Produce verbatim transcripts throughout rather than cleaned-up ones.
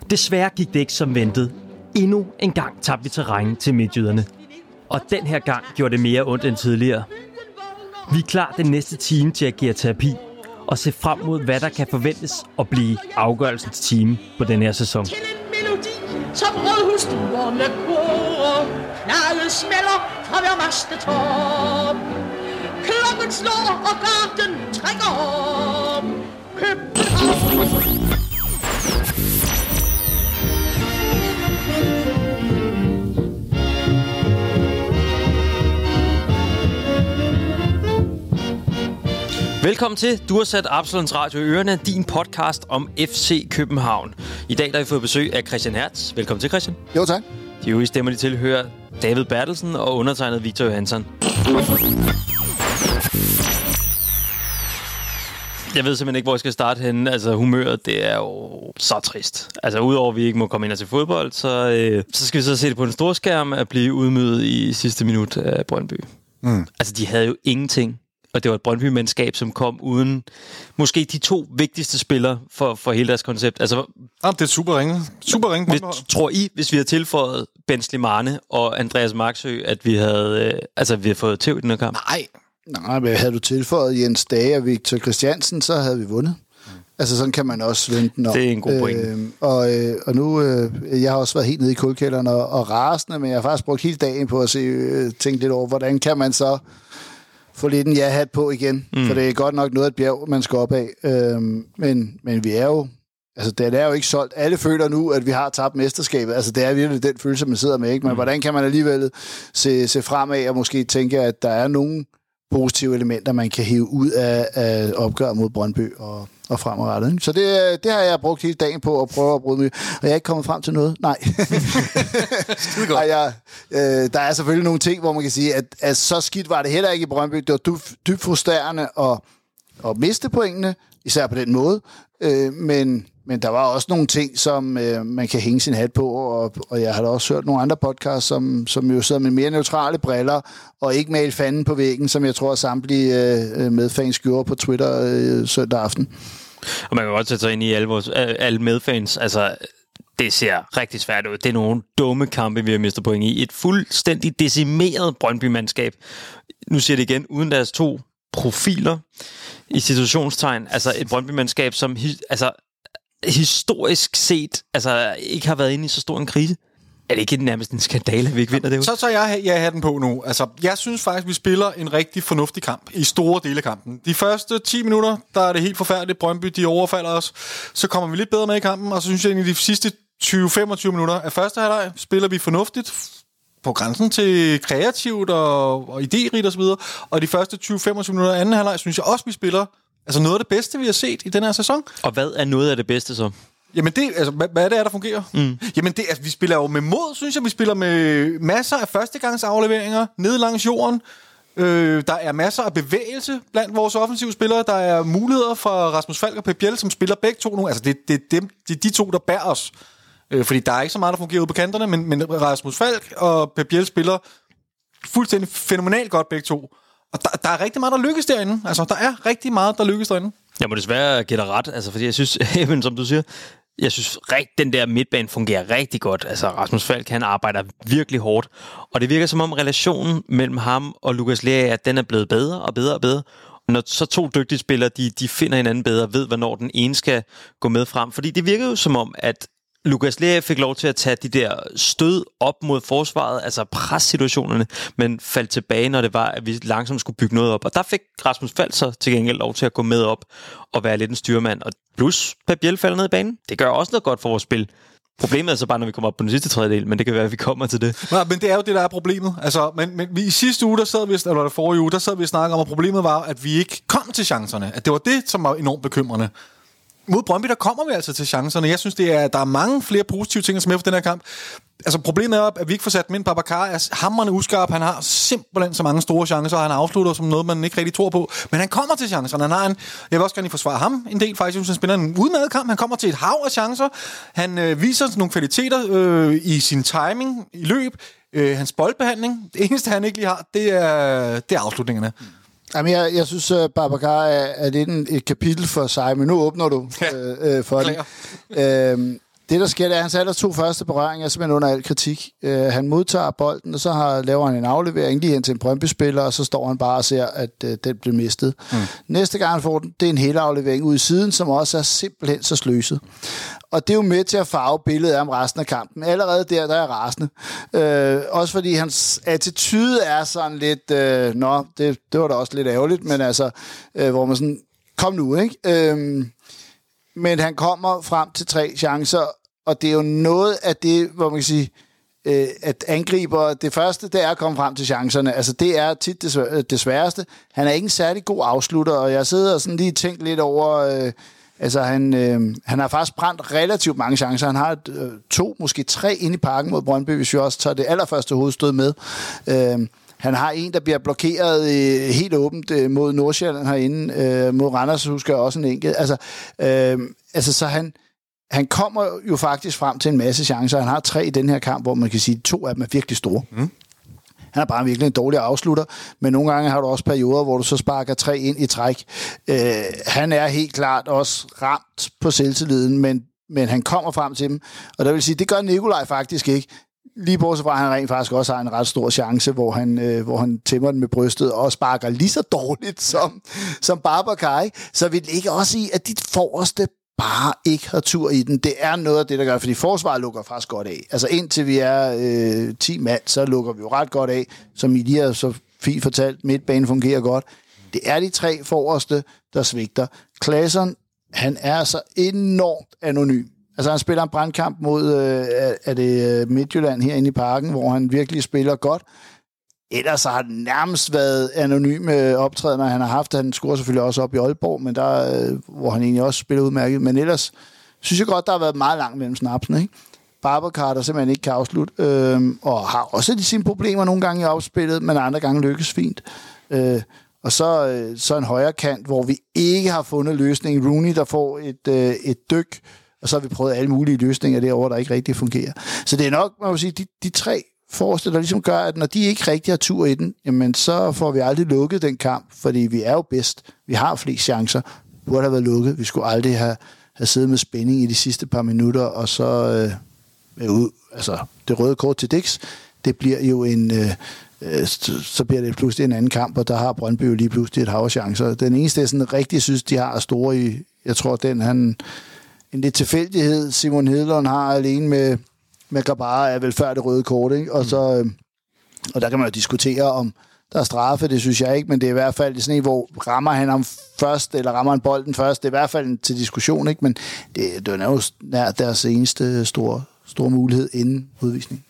Desværre gik det ikke som ventet. Endnu en gang tabte vi terræn til midtjyderne. Og den her gang gjorde det mere ondt end tidligere. Vi er klar den næste time til at give terapi og se frem mod, hvad der kan forventes at blive afgørelsens time på den her sæson. Til en melodi, som rådhusstuerne korer. Naget smelder fra hver mastetop. Klokken slår, og garden trækker op. København. Velkommen til. Du har sat Absalons Radio i ørerne, din podcast om F C København. I dag der har vi fået besøg af Christian Hertz. Velkommen til, Christian. Jo, tak. De øvrige stemmer, de tilhører David Bertelsen og undertegnet Victor Johansson. Jeg ved simpelthen ikke, hvor jeg skal starte henne. Altså, humøret, det er jo så trist. Altså, udover at vi ikke må komme ind og se fodbold, så, øh, så skal vi så se det på en stor skærm at blive udmødet i sidste minut af Brøndby. Mm. Altså, de havde jo ingenting. Og det var et Brøndby-mandskab, som kom uden måske de to vigtigste spillere for, for hele deres koncept. Altså, ja, det er super ringe. Super ringe. Hvis, tror I, hvis vi havde tilføjet Ben Slimane og Andreas Marksø, at vi havde, øh, altså, vi havde fået tæv i den her kamp? Nej. Nej, men havde du tilføjet Jens Dage og Victor Christiansen, så havde vi vundet. Mm. Altså, sådan kan man også vende den om. Det er en god point. Øh, og, øh, og nu, øh, jeg har også været helt nede i kulkælderen og, og rasende, men jeg har faktisk brugt hele dagen på at se, øh, tænke lidt over, hvordan kan man så få lidt en ja-hat på igen, mm. for det er godt nok noget af et bjerg, man skal op af. Øhm, men, men vi er jo, altså det er jo ikke solgt. Alle føler nu, at vi har tabt mesterskabet. Altså det er virkelig den følelse, man sidder med, ikke? Men mm. hvordan kan man alligevel se, se fremad og måske tænke, at der er nogle positive elementer, man kan hive ud af, af opgør mod Brøndby og, og fremadrettet. Ikke? Så det, det har jeg brugt hele dagen på at prøve at bryde mig. Og jeg er ikke kommet frem til noget. Nej. Ej, jeg, øh, der er selvfølgelig nogle ting, hvor man kan sige, at, at så skidt var det heller ikke i Brøndby. Det var dybt frustrerende at, at miste pointene, især på den måde. Øh, men, men der var også nogle ting, som øh, man kan hænge sin hat på, og, og jeg har da også hørt nogle andre podcasts, som, som jo sidder med mere neutrale briller, og ikke male fanden på væggen, som jeg tror samtlige øh, medfans gjorde på Twitter øh, søndag aften. Og man kan godt sætte sig ind i alle, vores, alle medfans. Altså, det ser rigtig svært ud. Det er nogle dumme kampe, vi har mistet point i. Et fuldstændig decimeret Brøndby-mandskab. Nu siger det igen, uden deres to profiler i situationstegn. Altså et Brøndby-mandskab, som altså, historisk set altså, ikke har været inde i så stor en krise. Er det ikke nærmest en skandale, at vi ikke vinder det? Så tager jeg, jeg hatten på nu. Altså, jeg synes faktisk, vi spiller en rigtig fornuftig kamp i store dele af kampen. De første ti minutter, der er det helt forfærdeligt. Brøndby, de overfalder os. Så kommer vi lidt bedre med i kampen, og så synes jeg, at i de sidste tyve til femogtyve minutter af første halvleg spiller vi fornuftigt, på grænsen til kreativt og, og idérigt osv. Og, og de første tyve til femogtyve minutter af anden halvleg, synes jeg også, vi spiller altså noget af det bedste, vi har set i den her sæson. Og hvad er noget af det bedste så? Jamen det, altså, hvad, hvad er det, der fungerer? Mm. Jamen det, altså, vi spiller jo med mod, synes jeg. Vi spiller med masser af førstegangsafleveringer ned langs jorden. Øh, der er masser af bevægelse blandt vores offensive spillere. Der er muligheder for Rasmus Falk og Pep Biel, som spiller begge to nu. Altså det, det, det, det er de to, der bærer os. Øh, fordi der er ikke så meget, der fungerer ude på kanterne, men, men Rasmus Falk og Pep Biel spiller fuldstændig fænomenalt godt begge to. Og der, der er rigtig meget, der lykkes derinde. Altså der er rigtig meget, der lykkes derinde. Jeg må desværre give dig ret, altså, fordi jeg synes, som du siger, jeg synes, at den der midtbane fungerer rigtig godt. Altså, Rasmus Falk, han arbejder virkelig hårdt. Og det virker som om relationen mellem ham og Lukas Lea, at den er blevet bedre og bedre og bedre. Og når så to dygtige spillere, de, de finder hinanden bedre, ved, hvornår den ene skal gå med frem. Fordi det virker jo som om, at Lukas Lea fik lov til at tage de der stød op mod forsvaret, altså pressituationerne, men faldt tilbage, når det var, at vi langsomt skulle bygge noget op. Og der fik Rasmus Falk så til gengæld lov til at gå med op og være lidt en styrmand. Og plus, Pep Biel falder ned i banen. Det gør også noget godt for vores spil. Problemet er så bare, når vi kommer op på den sidste tredjedel, men det kan være, at vi kommer til det. Nej, men det er jo det, der er problemet. Altså, men, men i sidste uge, der sad vi, eller forrige uge, der sad vi og snakkede om, at problemet var, at vi ikke kom til chancerne. At det var det, som var enormt bekymrende. Mod Brøndby, der kommer vi altså til chancerne. Jeg synes, det er, der er mange flere positive ting, som er for den her kamp. Altså, problemet er, at vi ikke får sat dem ind. Babacar er hamrende uskarp. Han har simpelthen så mange store chancer, og han afslutter som noget, man ikke rigtig tror på. Men han kommer til chancerne. Han har en, jeg vil også gerne forsvare ham en del, faktisk. Han spiller en udmærket kamp. Han kommer til et hav af chancer. Han øh, viser nogle kvaliteter øh, i sin timing i løb. Øh, hans boldbehandling. Det eneste, han ikke lige har, det er, det er afslutningerne. Jamen, jeg, jeg synes, at Babacar er, er lidt en, et kapitel for sig, men nu åbner du ja, øh, øh, for det. Øh, det, der sker, det er, at hans aller to første berøringer er simpelthen under al kritik. Uh, han modtager bolden, og så har, laver han en aflevering lige hen til en Brøndby-spiller, og så står han bare og ser, at uh, den bliver mistet. Mm. Næste gang han får den, det er en hel aflevering ud i siden, som også er simpelthen så sløset. Og det er jo med til at farve billedet af om resten af kampen. Allerede der, der er rasende. Uh, også fordi hans attitude er sådan lidt, uh, nå, det, det var da også lidt ærgerligt, men altså, uh, hvor man sådan, kom nu, ikke? Uh, Men han kommer frem til tre chancer, og det er jo noget af det, hvor man kan sige, øh, at angriber, det første, det er at komme frem til chancerne. Altså, det er tit det, svær- det sværeste. Han er ikke en særlig god afslutter, og jeg sidder og sådan lige tænkt lidt over, øh, altså, han, øh, han har faktisk brændt relativt mange chancer. Han har øh, to, måske tre inde i parken mod Brøndby, hvis vi også tager det allerførste hovedstød med. Øh, Han har en, der bliver blokeret øh, helt åbent øh, mod Nordsjælland herinde. Øh, mod Randers, husker jeg også en enkelt. Altså, øh, altså så han, han kommer jo faktisk frem til en masse chancer. Han har tre i den her kamp, hvor man kan sige, at to af dem er virkelig store. Mm. Han er bare virkelig en dårlig afslutter, men nogle gange har du også perioder, hvor du så sparker tre ind i træk. Øh, han er helt klart også ramt på selvtilliden, men, men han kommer frem til dem. Og der vil sige, det gør Nikolaj faktisk ikke. Lige bortset fra, at han rent faktisk også har en ret stor chance, hvor han, øh, hvor han tæmmer den med brystet og sparker lige så dårligt som, som Babacar. Så vil det ikke også sige, at dit forreste bare ikke har tur i den. Det er noget af det, der gør, fordi forsvaret lukker faktisk godt af. Altså indtil vi er øh, ti mand, så lukker vi jo ret godt af. Som I lige har så fint fortalt, midtbanen fungerer godt. Det er de tre forreste, der svigter. Claesson, han er så enormt anonym. Altså han spiller en brandkamp mod øh, er det Midtjylland herinde i parken, hvor han virkelig spiller godt. Ellers så har det nærmest været anonyme optrædener, han har haft. Han scorer selvfølgelig også op i Aalborg, men der, øh, hvor han egentlig også spiller udmærket. Men ellers synes jeg godt, der har været meget langt mellem snapsene, ikke? Babacar, der simpelthen ikke kan afslutte, øh, og har også de sine problemer nogle gange i opspillet, men andre gange lykkes fint. Øh, og så, øh, så en højre kant, hvor vi ikke har fundet løsningen. Rooney, der får et, øh, et dyk, og så har vi prøvet alle mulige løsninger derovre, der ikke rigtig fungerer. Så det er nok, man må sige, de, de tre forreste, der ligesom gør, at når de ikke rigtig har tur i den, jamen så får vi aldrig lukket den kamp, fordi vi er jo bedst. Vi har flest chancer. Burde have været lukket. Vi skulle aldrig have, have siddet med spænding i de sidste par minutter, og så øh, ud, altså det røde kort til Dix, det bliver jo en... Øh, så bliver det pludselig en anden kamp, og der har Brøndby jo lige pludselig et hav af chancer. Den eneste, jeg sådan rigtig synes, de har store i, jeg tror, den han... En lidt tilfældighed, Simon Hedlund har alene med, med Grabara, er vel før det røde kort, ikke? Og, så, øh, og der kan man jo diskutere, om der er straffe, det synes jeg ikke, men det er i hvert fald sådan en, hvor rammer han ham først, eller rammer han bolden først, det er i hvert fald til diskussion, ikke? Men det, det er jo nær deres eneste store, store mulighed inden udvisning.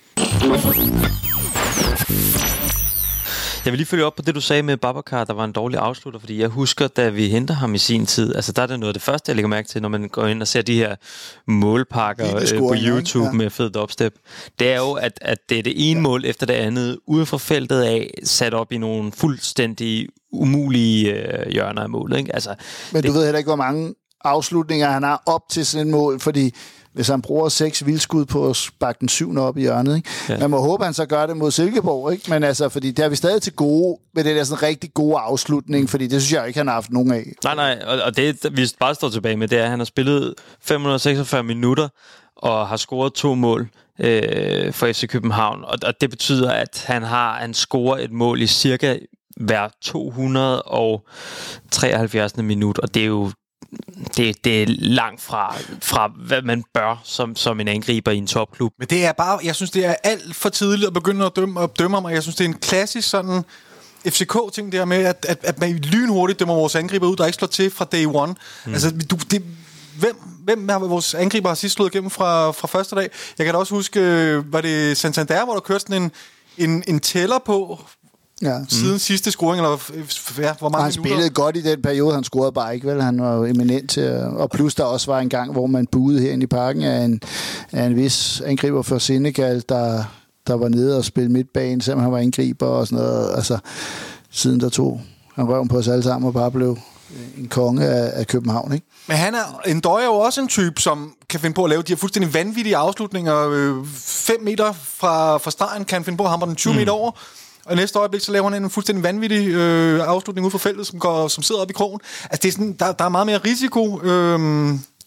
Jeg vil lige følge op på det, du sagde med Babacar, der var en dårlig afslutter, fordi jeg husker, da vi henter ham i sin tid, altså der er det noget af det første, jeg lægger mærke til, når man går ind og ser de her målpakker øh, på YouTube, ja, med fed dubstep. Det er jo, at, at det er det ene, ja, mål efter det andet, uden for feltet af, sat op i nogle fuldstændig umulige øh, hjørner af målet, ikke? Altså, men det... du ved heller ikke, hvor mange afslutninger han har op til sådan et mål, fordi hvis han bruger seks vildskud på at sparke den syvende op i hjørnet, ikke? Ja. Man må håbe, han så gør det mod Silkeborg, ikke? Men altså, fordi der er vi stadig til gode med det der sådan rigtig gode afslutning, fordi det synes jeg ikke, han har haft nogen af. Nej, nej, og, og det, vi bare står tilbage med, det er, at han har spillet fem hundrede og seksogfyrre minutter og har scoret to mål øh, for F C København, og, og det betyder, at han har han scorer et mål i cirka hver to hundrede og treoghalvfjerds minut, og det er jo Det, det er langt fra, fra, hvad man bør som, som en angriber i en topklub. Men det er bare, jeg synes, det er alt for tidligt at begynde at dømme, at dømme om, og jeg synes, det er en klassisk sådan F C K-ting der med, at, at, at man lynhurtigt dømmer vores angriber ud, der ikke slår til fra day one. Mm. Altså, du, det, hvem, hvem har vores angriber har sidst slået igennem fra, fra første dag? Jeg kan da også huske, var det Santander, hvor der kørte sådan en, en, en tæller på, ja, siden mm. sidste scoring, eller ja, hvor mange han minutter? spillede godt i den periode, han scorede bare ikke, vel? Han var jo eminent til at, og plus der også var en gang, hvor man buede herinde i parken af en, af en vis angriber for Senegal, der, der var nede og spille midtbanen, selvom han var angriber og sådan noget. Altså, siden der tog han røven på os alle sammen og bare blev en konge af, af København, ikke? Men han er, en døje er jo også en type, som kan finde på at lave de her fuldstændig vanvittige afslutninger. Øh, fem meter fra, fra stregen kan han finde på at hamre den tyve mm. meter over. Og næste øjeblik, så laver han en fuldstændig vanvittig øh, afslutning ud for feltet, som, går, som sidder op i krogen. Altså, det er sådan, der, der er meget mere risiko. Øh,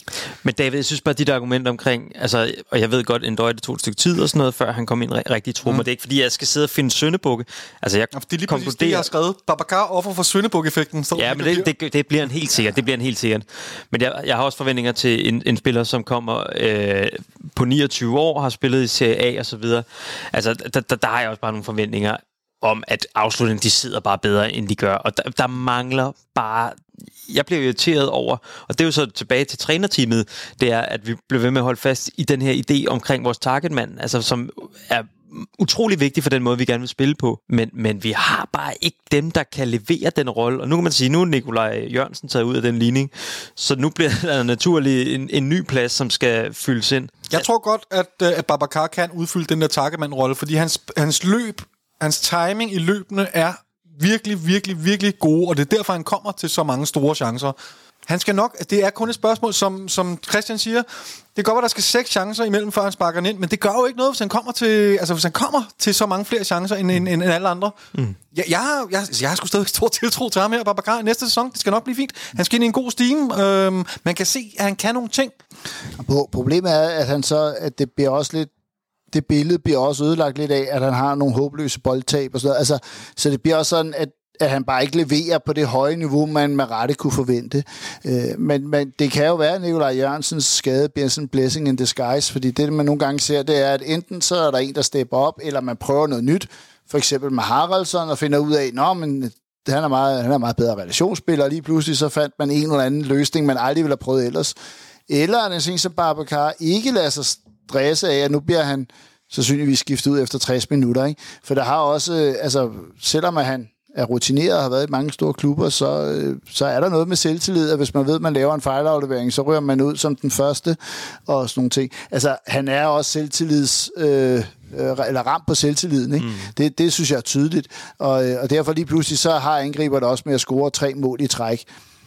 Men David, jeg synes bare, dit argument omkring, altså, og jeg ved godt, en døj, det tog et stykke tid og sådan noget, før han kom ind rigtig i trum, mm. og det er ikke, fordi jeg skal sidde og finde syndebukke. Altså, jeg ja, det er lige konkluderer... præcis det, jeg har skrevet. Babacar offer for syndebuk-effekten. Ja, men det, det, det bliver en helt sikkert. Det bliver en helt sikkert. Men jeg, jeg har også forventninger til en, en spiller, som kommer øh, på niogtyve år, har spillet i Serie A og så videre. Altså, der, der, der har jeg også bare nogle forventninger om, at afslutningen, de sidder bare bedre, end de gør. Og der, der mangler bare... Jeg blev irriteret over, og det er jo så tilbage til trænerteamet, det er, at vi blev ved med at holde fast i den her idé omkring vores targetmand, altså som er utrolig vigtig for den måde, vi gerne vil spille på. Men, men vi har bare ikke dem, der kan levere den rolle. Og nu kan man sige, nu er Nikolaj Jørgensen taget ud af den ligning, så nu bliver der naturligt en, en ny plads, som skal fyldes ind. Jeg tror godt, at, at Babacar kan udfylde den der targetmand-rolle, fordi hans, hans løb, hans timing i løbene er virkelig, virkelig, virkelig gode, og det er derfor, han kommer til så mange store chancer. Han skal nok, det er kun et spørgsmål, som, som Christian siger, det kan godt være, der skal seks chancer imellem, før han sparker den ind, men det gør jo ikke noget, hvis han kommer til, altså, hvis han kommer til så mange flere chancer, end, end, end alle andre. Mm. Jeg, jeg, har, jeg, jeg har sgu stadig stor tiltro til ham her, Babacar, næste sæson. Det skal nok blive fint. Han skal ind i en god stime. Øhm, man kan se, at han kan nogle ting. Problemet er, at han så, at det bliver også lidt, det billede bliver også ødelagt lidt af, at han har nogle håbløse boldtab og sådan noget. Altså, så det bliver også sådan, at at han bare ikke leverer på det høje niveau, man med rette kunne forvente. Øh, men, men det kan jo være, at Nikolaj Jørgensens skade bliver sådan en blessing in disguise, fordi det, man nogle gange ser, det er, at enten så er der en, der stepper op, eller man prøver noget nyt, for eksempel med Haraldsson, og finder ud af, nå, men han er meget, han er meget bedre relationsspiller, og lige pludselig så fandt man en eller anden løsning, man aldrig ville have prøvet ellers. Eller er det sådan, som Babacar ikke lader sig stresse af, at nu bliver han sandsynligvis skiftet ud efter tres minutter, ikke? For der har også, altså, selvom at han er rutineret og har været i mange store klubber, så, så er der noget med selvtillid, at hvis man ved, at man laver en fejlaflevering, så rører man ud som den første, og sådan nogle ting. Altså, han er også selvtillids, øh, eller ramt på selvtilliden, ikke? Mm. Det, det synes jeg er tydeligt, og, og derfor lige pludselig, så har angriber det også med at score tre mål i træk.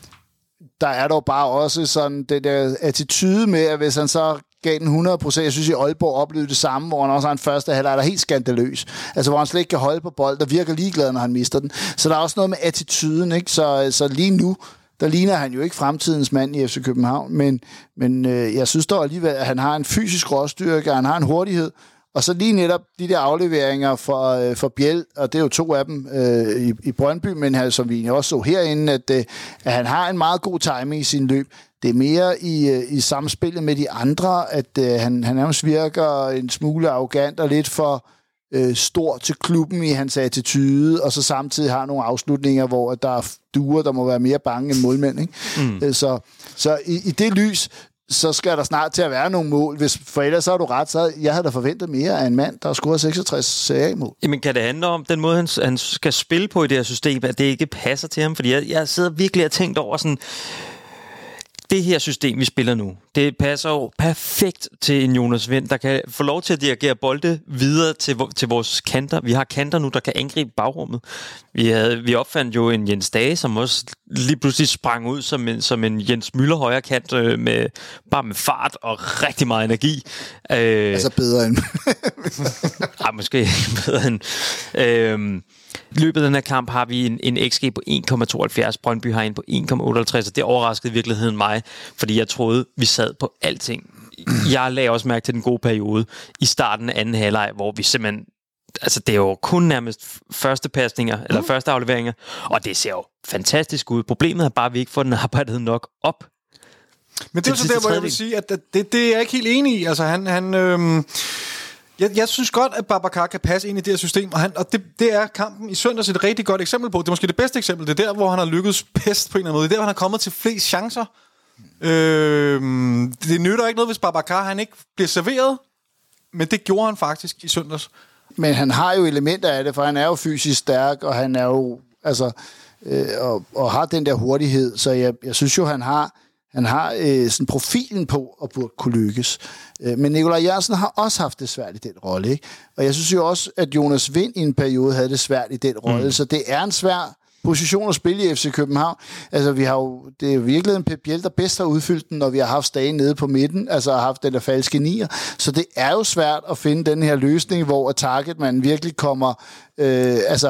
Der er dog bare også sådan den der attitude med, at hvis han så gav den hundrede procent. Jeg synes, i Aalborg oplevede det samme, hvor han også har en første halvleg, der er helt skandaløs. Altså, hvor han slet ikke kan holde på bold, der virker ligeglad, når han mister den. Så der er også noget med attituden, ikke? Så, så lige nu, der ligner han jo ikke fremtidens mand i F C København, men, men øh, jeg synes dog alligevel, at han har en fysisk råstyrke, han har en hurtighed, og så lige netop de der afleveringer for, øh, for Biel, og det er jo to af dem øh, i, i Brøndby, men her, som vi også så herinde, at, øh, at han har en meget god timing i sin løb. Det er mere i, øh, i samspillet med de andre, at øh, han, han nærmest virker en smule arrogant og lidt for øh, stor til klubben i hans attitude, og så samtidig har nogle afslutninger, hvor der er duer, der må være mere bange end målmænd, ikke? Mm. Så, så i, i det lys, så skal der snart til at være nogle mål. Hvis, for ellers så har du ret, så jeg havde da forventet mere af en mand, der har scoret seksogtres Serie A-mål. Jamen, kan det handle om den måde, han, han skal spille på i det her system, at det ikke passer til ham? Fordi jeg, jeg sidder virkelig og tænkt over sådan, det her system, vi spiller nu, det passer jo perfekt til en Jonas Wind, der kan få lov til at dirigere bolde videre til, til vores kanter. Vi har kanter nu, der kan angribe bagrummet. Vi, havde, vi opfandt jo en Jens Dage, som også lige pludselig sprang ud som en, som en Jens Møller højre kant, øh, med, bare med fart og rigtig meget energi. Øh, altså bedre end... Ej, måske bedre end... Øh, I løbet af den her kamp har vi en, en X G på en komma tooghalvfjerds, Brøndby har en på en komma otteoghalvtreds, og det overraskede i virkeligheden mig, fordi jeg troede, vi sad på alting. Jeg lagde også mærke til den gode periode i starten af anden halvleg, hvor vi simpelthen, altså det er jo kun nærmest første pasninger, eller første afleveringer, og det ser jo fantastisk ud. Problemet er bare, at vi ikke får den arbejdet nok op. Men det er så der, hvor jeg vil sige, at det, det er jeg ikke helt enig i. Altså han... han øhm Jeg, jeg synes godt, at Babacar kan passe ind i det her system, og, han, og det, det er kampen i søndags et rigtig godt eksempel på. Det er måske det bedste eksempel. Det er der, hvor han har lykkedes bedst på en eller anden måde. Det er der, hvor han har kommet til flest chancer. Øh, det nytter ikke noget, hvis Babacar han ikke bliver serveret, men det gjorde han faktisk i søndags. Men han har jo elementer af det, for han er jo fysisk stærk, og han er jo, altså, øh, og, og har den der hurtighed, så jeg, jeg synes jo, han har Han har øh, sådan profilen på at burde kunne lykkes. Øh, men Nikolaj Jørgensen har også haft det svært i den rolle, ikke? Og jeg synes jo også, at Jonas Wind i en periode havde det svært i den rolle, mm. så det er en svær position at spille i F C København. Altså, vi har jo, det er jo virkelig en Pep Biel, der bedst har udfyldt den, når vi har haft Stage nede på midten, altså har haft den der falske nier. Så det er jo svært at finde den her løsning, hvor targetmanden virkelig kommer, øh, altså,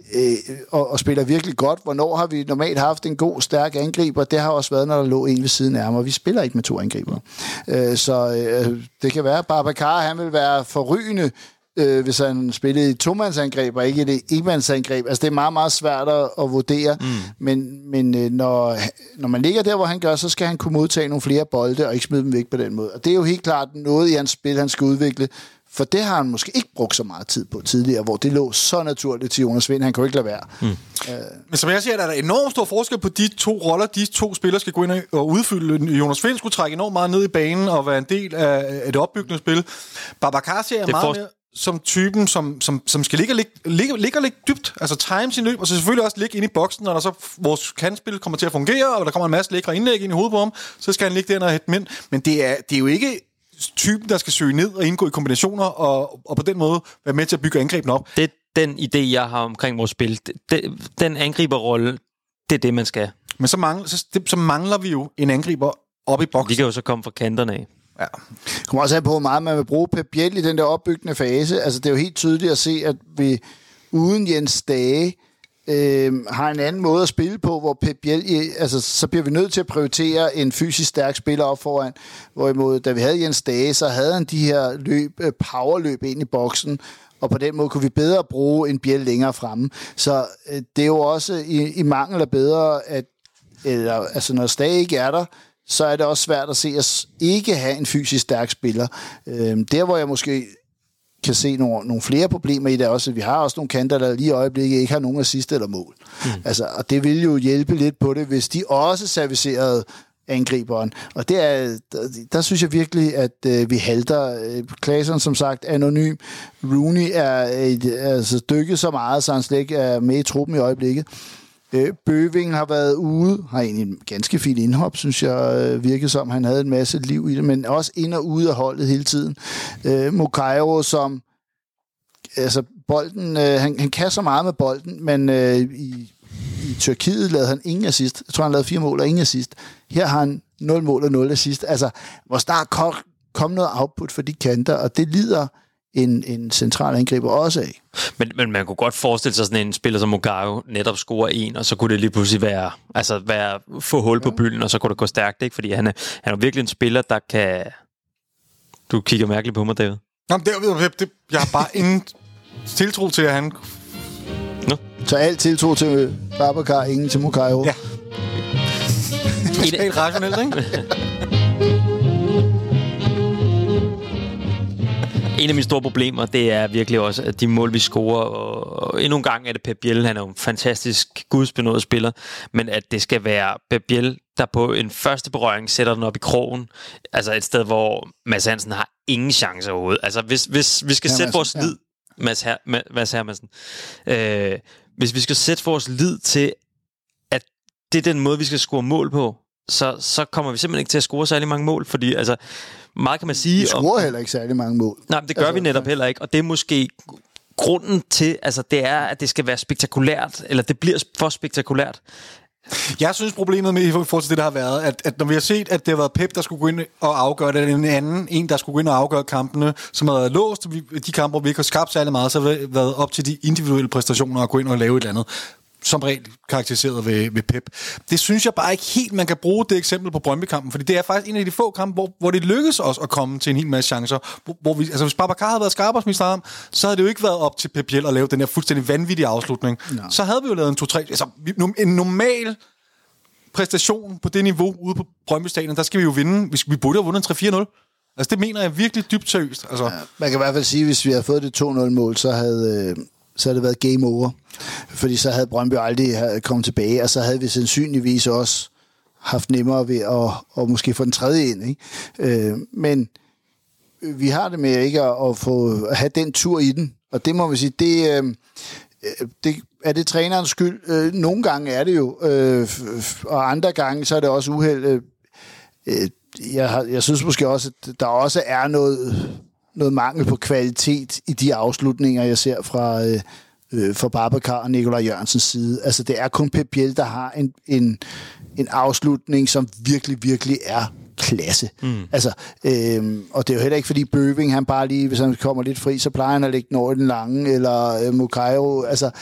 øh, og, og spiller virkelig godt. Hvornår har vi normalt haft en god, stærk angriber? Det har også været, når der lå en ved siden af ham, og vi spiller ikke med to angriber. Øh, så øh, det kan være, at Babacar, han vil være forrygende, øh, hvis han spillede i tomandsangreb og ikke i det enmandsangreb. Altså, det er meget, meget svært at, at vurdere, mm. men, men øh, når, når man ligger der, hvor han gør, så skal han kunne modtage nogle flere bolde og ikke smide dem væk på den måde. Og det er jo helt klart noget i hans spil, han skal udvikle, for det har han måske ikke brugt så meget tid på tidligere, hvor det lå så naturligt til Jonas Vind, han kunne ikke lade være. Mm. Uh, Men som jeg siger, er der enormt stor forskel på de to roller, de to spillere skal gå ind og udfylde. Jonas Vind skulle trække enormt meget ned i banen og være en del af et opbyggende spil. Babacar ser jeg meget for... mere som typen, som, som, som skal ligge og ligge, ligge, ligge, ligge dybt, altså time sin løb, og så selvfølgelig også ligge inde i boksen, når der så vores kantspil kommer til at fungere, og der kommer en masse lækre indlæg ind i hovedet på ham, så skal han ligge der og hætte ind. Men det er, det er jo ikke typen, der skal søge ned og indgå i kombinationer, og, og på den måde være med til at bygge angrebene op. Det er den idé, jeg har omkring vores spil. Det, den angriberrolle, det er det, man skal. Men så mangler, så, det, så mangler vi jo en angriber op i boksen. De kan jo så komme fra kanterne af. Ja. Det kommer også an på, hvor meget man vil bruge Pep Biel i den der opbyggende fase. Altså, det er jo helt tydeligt at se, at vi uden Jens Dage øh, har en anden måde at spille på, hvor Pep Biel, altså, så bliver vi nødt til at prioritere en fysisk stærk spiller op foran. Hvorimod, da vi havde Jens Dage, så havde han de her løb, powerløb ind i boksen, og på den måde kunne vi bedre bruge en Biel længere fremme. Så øh, det er jo også i, i mangel af bedre, at eller, altså, når Stage ikke er der, så er det også svært at se os ikke have en fysisk stærk spiller. Øhm, der, hvor jeg måske kan se nogle, nogle flere problemer i det også, at vi har også nogle kanter, der lige i øjeblikket ikke har nogen assist eller mål. Mm. Altså, og det vil jo hjælpe lidt på det, hvis de også servicerede angriberen. Og det er, der, der synes jeg virkelig, at øh, vi halter. Claesson, som sagt, anonym. Rooney er et, altså, dykket så meget, så han slet ikke er med i truppen i øjeblikket. Bøving har været ude, har egentlig en ganske fin indhop, synes jeg, virkede som, han havde en masse liv i det, men også ind og ude af holdet hele tiden. Øh, Mukairo, som altså bolden, øh, han, han kan så meget med bolden, men øh, i, i Tyrkiet lavede han ingen assist. Jeg tror, han lavede fire mål og ingen assist. Her har han nul mål og nul assist. Altså, hvor snart kom, kom noget output for de kanter, og det lider en, en central angriber også af. Men, men man kunne godt forestille sig sådan en spiller som Mugayo netop score en, og så kunne det lige pludselig være, altså være få hul på bylden, og så kunne det gå stærkt, ikke? Fordi han er, han er virkelig en spiller, der kan... Du kigger mærkeligt på mig, David. Jamen, det, det, jeg har bare ingen tiltro til, at han... Nå. Så alt tiltro til Babacar, ingen til Mugayo. Ja. Det er helt rationelt, ikke? En af mine store problemer, det er virkelig også, at de mål, vi scorer, og endnu en gang er det Pep Biel, han er jo en fantastisk gudsbenået spiller, men at det skal være Pep Biel, der på en første berøring sætter den op i krogen, altså et sted, hvor Mads Hansen har ingen chance overhovedet. Altså hvis, hvis vi skal ja, sætte vores lid, ja. Mads, Her, Mads Hermansen, øh, hvis vi skal sætte vores lid til, at det er den måde, vi skal score mål på, så, så kommer vi simpelthen ikke til at score særlig mange mål, fordi altså, meget kan man sige... Vi scorer heller ikke særlig mange mål. Nej, men det gør altså, vi netop heller ikke, og det er måske grunden til, altså det er, at det skal være spektakulært, eller det bliver for spektakulært. Jeg synes, problemet med i forhold til det, der har været, at, at når vi har set, at det har været Pep, der skulle gå ind og afgøre det, en anden, en, der skulle gå ind og afgøre kampene, som har været låst, de kampe, hvor vi ikke har skabt særlig meget, så har det været op til de individuelle præstationer at gå ind og lave et eller andet, som regel karakteriseret ved, ved Pep. Det synes jeg bare ikke helt, man kan bruge det eksempel på Brøndby-kampen, fordi det er faktisk en af de få kampe, hvor, hvor det lykkes os at komme til en hel masse chancer. Hvor, hvor vi, altså hvis Babacar havde været skarpere, som vi startede, så havde det jo ikke været op til Pep Biel at lave den her fuldstændig vanvittige afslutning. No. Så havde vi jo lavet en to-tre... Altså en normal præstation på det niveau ude på Brøndby Stadion, der skal vi jo vinde. Vi, vi burde have vundet en tre fire nul. Altså det mener jeg virkelig dybt seriøst. Altså. Ja, man kan i hvert fald sige, at hvis vi havde fået det to nul mål, så havde... Øh så havde det været game over. Fordi så havde Brøndby aldrig kommet tilbage, og så havde vi sandsynligvis også haft nemmere ved at, at måske få den tredje ind. Ikke? Øh, men vi har det med ikke at, at få at have den tur i den, og det må vi sige, det, øh, det er det trænerens skyld. Øh, nogle gange er det jo, øh, og andre gange så er det også uheld. Øh, jeg, har, jeg synes måske også, at der også er noget... noget mangel på kvalitet i de afslutninger, jeg ser fra, øh, øh, fra Babacar og Nikolaj Jørgensens side. Altså, det er kun Pep Biel, der har en, en, en afslutning, som virkelig, virkelig er klasse. Mm. Altså, øh, og det er jo heller ikke, fordi Bøving, han bare lige, hvis han kommer lidt fri, så plejer han at lægge den over den lange, eller øh, Mukairo. Altså,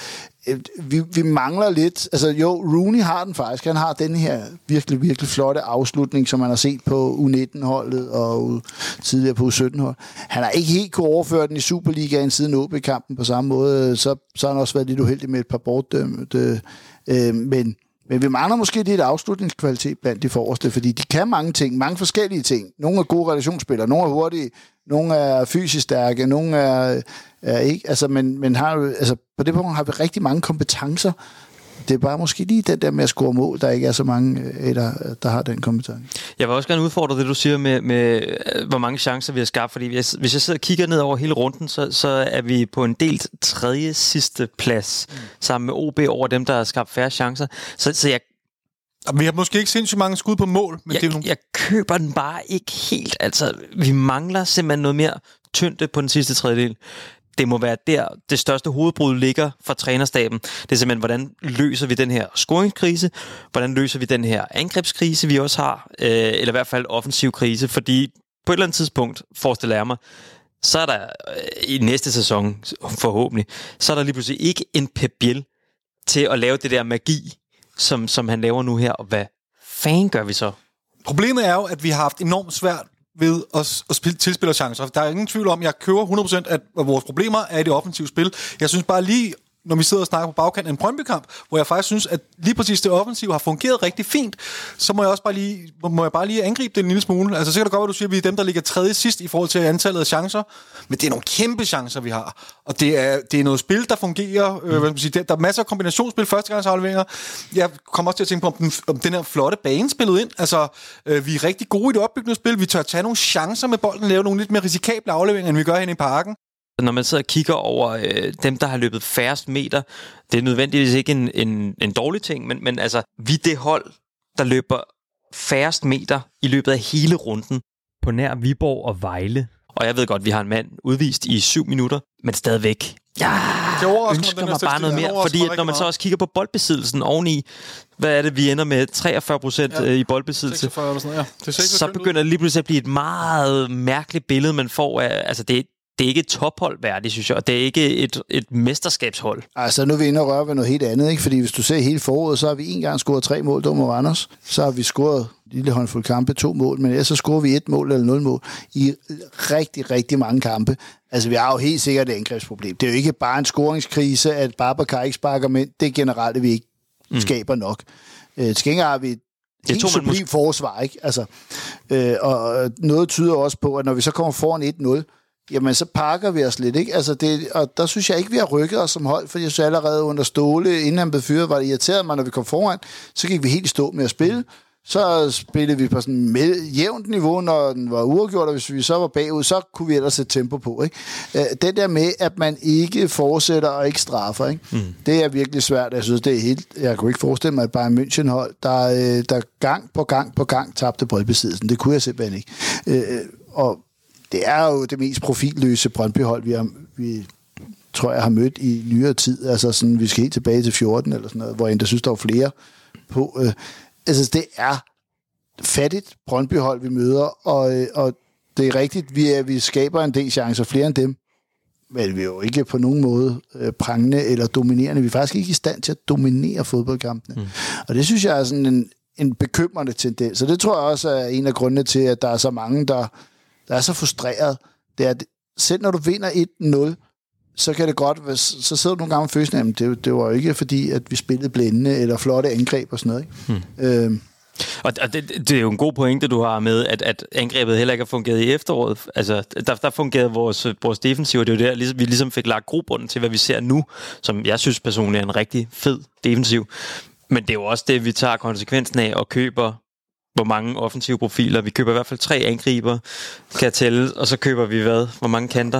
vi, vi mangler lidt, altså jo, Rooney har den faktisk, han har den her virkelig, virkelig flotte afslutning, som man har set på U nitten-holdet og tidligere på U sytten-hold. Han har ikke helt kunne overføre den i Superligaen siden O B-kampen på samme måde, så, så har han også været lidt uheldig med et par bortdømte, øh, men Men vi mangler måske lidt afslutningskvalitet blandt de forreste, fordi de kan mange ting, mange forskellige ting. Nogle er gode relationsspillere, nogle er hurtige, nogle er fysisk stærke, nogle er, er ikke. Altså, men, men har, altså, på det punkt har vi rigtig mange kompetencer. Det er bare måske lige den der med at score mål, der ikke er så mange, der, der har den kompetence. Jeg vil også gerne udfordre det, du siger med, med hvor mange chancer vi har skabt, fordi hvis jeg sidder og kigger ned over hele runden, så, så er vi på en delt tredje sidste plads, mm. sammen med O B over dem, der har skabt færre chancer. Så, så jeg... Vi har måske ikke sindssygt mange skud på mål, men jeg, det er nogle... jeg køber den bare ikke helt. Altså, vi mangler simpelthen noget mere tyngde på den sidste tredjedel. Det må være der, det største hovedbrud ligger for trænerstaben. Det er simpelthen, hvordan løser vi den her scoringskrise? Hvordan løser vi den her angrebskrise, vi også har? Øh, eller i hvert fald offensiv krise. Fordi på et eller andet tidspunkt, forestiller jeg mig, så er der øh, i næste sæson, forhåbentlig, så er der lige pludselig ikke en Pep Biel til at lave det der magi, som, som han laver nu her. Og hvad fanden gør vi så? Problemet er jo, at vi har haft enormt svært ved at, at spille, tilspille chancer. Der er ingen tvivl om, at jeg køber hundrede procent at vores problemer er i det offensive spil. Jeg synes bare lige, når vi sidder og snakker på bagkanten af en Brøndby-kamp, hvor jeg faktisk synes, at lige præcis det offensive har fungeret rigtig fint, så må jeg også bare lige, må jeg bare lige angribe det en lille smule. Altså, så kan det godt være, at du siger, at vi er dem, der ligger tredje sidst i forhold til antallet af chancer, men det er nogle kæmpe chancer, vi har. Og det er, det er noget spil, der fungerer. Mm. Øh, hvad skal man sige, der, der er masser af kombinationsspil, førstegangsafleveringer. Jeg kommer også til at tænke på, om den, om den her flotte bane spillet ind. Altså, øh, vi er rigtig gode i det opbyggende spil. Vi tør tage nogle chancer med bolden, lave nogle lidt mere risikable afleveringer, end vi gør hen i parken. Når man sidder og kigger over øh, dem, der har løbet færrest meter, det er nødvendigvis ikke en, en, en dårlig ting, men, men altså, vi det hold, der løber færrest meter i løbet af hele runden på nær Viborg og Vejle. Og jeg ved godt, vi har en mand udvist i syv minutter, men stadigvæk. Ja, jeg ønsker mig bare noget mere, fordi at når man så også kigger på boldbesiddelsen oveni, hvad er det, vi ender med treogfyrre procent ja, i boldbesiddelse, seksogfyrre eller sådan noget, ja. Det så begynder det lige pludselig at blive et meget mærkeligt billede, man får af, altså det Det er ikke et tophold værdigt, synes jeg, og det er ikke et, et mesterskabshold. Altså, nu er vi inde og røre ved noget helt andet, ikke? Fordi hvis du ser hele foråret, så har vi en gang scoret tre mål, der mod Randers. Så har vi scoret lille håndfuld kampe, to mål, men ellers så scorer vi et mål eller nul mål i rigtig, rigtig mange kampe. Altså, vi har jo helt sikkert et angrebsproblem. Det er jo ikke bare en scoringskrise, at Babacar ikke sparker mænd. Det er generelt, at vi ikke mm. skaber nok. Øh, til gengæld har vi et helt sublimt forsvar, ikke? Altså, øh, og noget tyder også på, at når vi så kommer foran et nul, jamen så pakker vi os lidt, ikke? Altså det, og der synes jeg ikke, vi har rykket os som hold, for jeg synes allerede under Ståle, inden han blev fyret, var det irriteret mig, når vi kom foran, så gik vi helt i stå med at spille. Så spillede vi på sådan med jævnt niveau, når den var uafgjort, og hvis vi så var bagud, så kunne vi ellers sætte tempo på, ikke? Det der med, at man ikke fortsætter og ikke straffer, ikke? Mm. Det er virkelig svært. Jeg synes, det er helt... Jeg kunne ikke forestille mig, at Bayern München hold, der, der gang på gang på gang tabte boldbesiddelsen. Det kunne jeg simpelthen ikke. Og det er jo det mest profilløse Brøndby-hold, vi, har, vi tror jeg har mødt i nyere tid. Altså sådan, vi skal helt tilbage til fjorten eller sådan noget, hvor jeg synes, der var flere på. Øh, altså, det er fattigt Brøndby-hold, vi møder, og, og det er rigtigt, vi, er, vi skaber en del chancer, flere end dem, men vi er jo ikke på nogen måde øh, prangende eller dominerende. Vi er faktisk ikke i stand til at dominere fodboldkampene. Mm. Og det synes jeg er sådan en, en bekymrende tendens. Så det tror jeg også er en af grundene til, at der er så mange, der der er så frustreret, det er, at selv når du vinder et nul, så kan det godt, så sidder du nogle gange med følelsen, at det, det var jo ikke fordi, at vi spillede blændende eller flotte angreb og sådan noget. Ikke? Hmm. Øhm. Og, og det, det er jo en god pointe, du har med, at, at angrebet heller ikke har fungeret i efteråret. Altså, der, der fungerede vores, vores defensiv, og det er jo der, ligesom, vi ligesom fik lagt grobunden til, hvad vi ser nu, som jeg synes personligt er en rigtig fed defensiv. Men det er jo også det, vi tager konsekvensen af og køber hvor mange offensive profiler. Vi køber i hvert fald tre angriber, kan jeg tælle, og så køber vi hvad? Hvor mange kanter?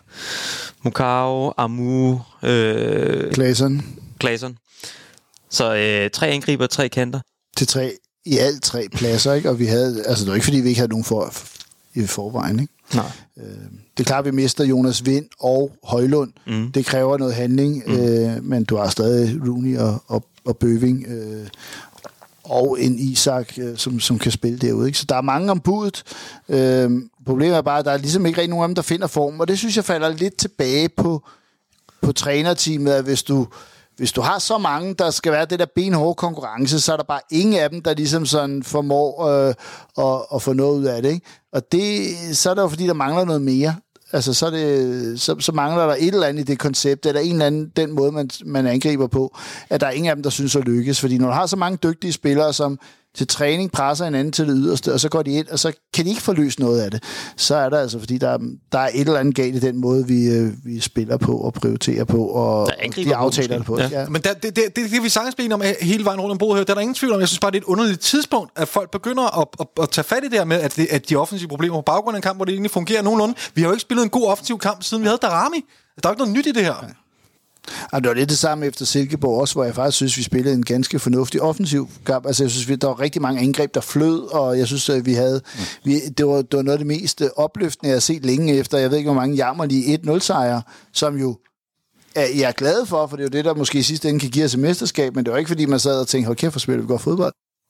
Mukau, Amu, øh, Claesson. Claesson. Så øh, tre angriber, tre kanter. Til tre, i alt tre pladser, ikke? Og vi havde, altså det var ikke fordi, vi ikke havde nogen for, i forvejen, ikke? Nej. Øh, det er klart, at vi mister Jonas Vind og Højlund. Mm. Det kræver noget handling, mm. øh, men du har stadig Rooney og, og, og Bøving, øh, og en Isak, øh, som, som kan spille derude. Ikke? Så der er mange om budet. Øh, problemet er bare, at der er ligesom ikke rigtig nogen af dem, der finder form, og det synes jeg falder lidt tilbage på, på trænerteamet, at hvis du, hvis du har så mange, der skal være det der benhårde konkurrence, så er der bare ingen af dem, der ligesom sådan formår øh, at, at få noget ud af det, ikke? Og det, så er det jo fordi, der mangler noget mere. Altså, så, er det, så, så mangler der et eller andet i det koncept, eller en eller anden den måde, man, man angriber på, at der er ingen af dem, der synes at lykkes. Fordi når du har så mange dygtige spillere, som til træning presser hinanden til det yderste, og så går de ind, og så kan de ikke få løst noget af det. Så er der altså, fordi der, der er et eller andet galt i den måde, vi, vi spiller på og prioriterer på, og de aftaler det på. Ja. Ja. Men det, det, det, det, det vi sagtens blive om hele vejen rundt om bordet her, der er der ingen tvivl om. Jeg synes bare, det er et underligt tidspunkt, at folk begynder at, at, at tage fat i det her med, at, det, at de offensive problemer på baggrund af en kamp, hvor det egentlig fungerer nogenlunde. Vi har jo ikke spillet en god offensiv kamp, siden vi havde Darami. Der er ikke noget nyt i det her. Ja. Og det var lidt det samme efter Silkeborg også, hvor jeg faktisk synes, vi spillede en ganske fornuftig offensiv kamp. Altså, jeg synes, vi, der var rigtig mange angreb, der flød, og jeg synes, at vi havde... Vi, det, var, det var noget af det mest opløftende, jeg har set længe efter. Jeg ved ikke, hvor mange jammerlige et nul sejre, som jo er, jeg er glad for, for det er jo det, der måske i sidste ende kan give os et mesterskab, men det var ikke, fordi man sad og tænkte, hold kæft, for spiller vi godt fodbold.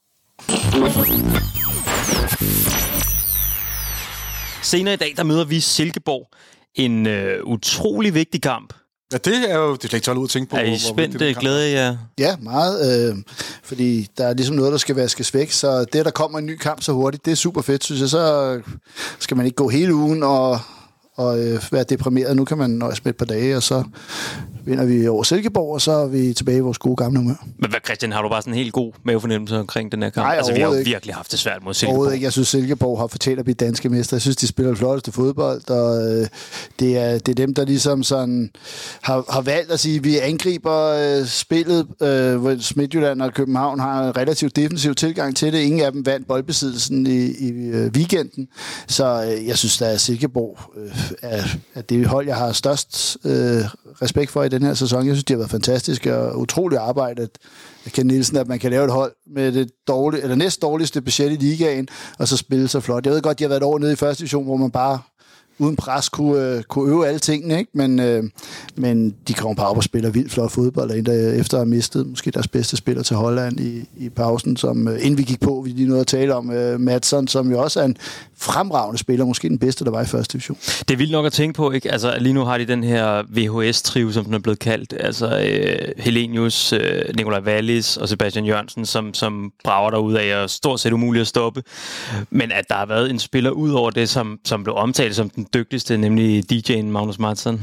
Senere i dag, der møder vi Silkeborg. En øh, utrolig vigtig kamp. Ja, det er jo det er slet ikke tål ud at tænke på. Er I spændt? Det glæder jeg. Ja, meget. Øh, fordi der er ligesom noget, der skal vaskes væk. Så det, der kommer en ny kamp så hurtigt, det er super fedt, synes jeg. Så skal man ikke gå hele ugen og, og øh, være deprimeret. Nu kan man nøjes med et par dage, og så vinder vi over Silkeborg, og så er vi tilbage i vores gode gamle humør. Men hvad, Christian, har du bare sådan en helt god mavefornemmelse omkring den her kamp? Nej, altså, vi har jo ikke. virkelig haft det svært mod Silkeborg. Ikke. Jeg synes, Silkeborg har fortjent at blive danske mester. Jeg synes, de spiller det flotteste fodbold, og øh, det, er, det er dem, der ligesom sådan har, har valgt at sige, at vi angriber øh, spillet, øh, hvor Midtjylland og København har en relativt defensiv tilgang til det. Ingen af dem vandt boldbesiddelsen i, i øh, weekenden. Så øh, jeg synes, at Silkeborg øh, er, er det hold, jeg har størst øh, respekt for i den her sæson. Jeg synes, de har været fantastiske og utroligt arbejdet af Ken Nielsen, at man kan lave et hold med det dårlige, eller næst dårligste budget i ligaen, og så spille så flot. Jeg ved godt, de har været over nede i første division, hvor man bare uden pres kunne, øh, kunne øve alle tingene, ikke? Men, øh, men de kommer bare op og spiller vildt flot fodbold, og efter at have mistet måske deres bedste spiller til Holland i, i pausen, som øh, inden vi gik på, vi lige nåede at tale om øh, Madsson, som jo også er en fremragende spiller, måske den bedste, der var i første division. Det er vildt nok at tænke på, ikke? Altså, lige nu har de den her V H S-trio, som den er blevet kaldt. Altså, øh, Helenius, øh, Nikolaj Wallis og Sebastian Jørgensen, som, som brager derud af og stort set umuligt at stoppe. Men at der har været en spiller ud over det, som, som blev omtalt som den dygtigste, nemlig D J'en Magnus Madsson.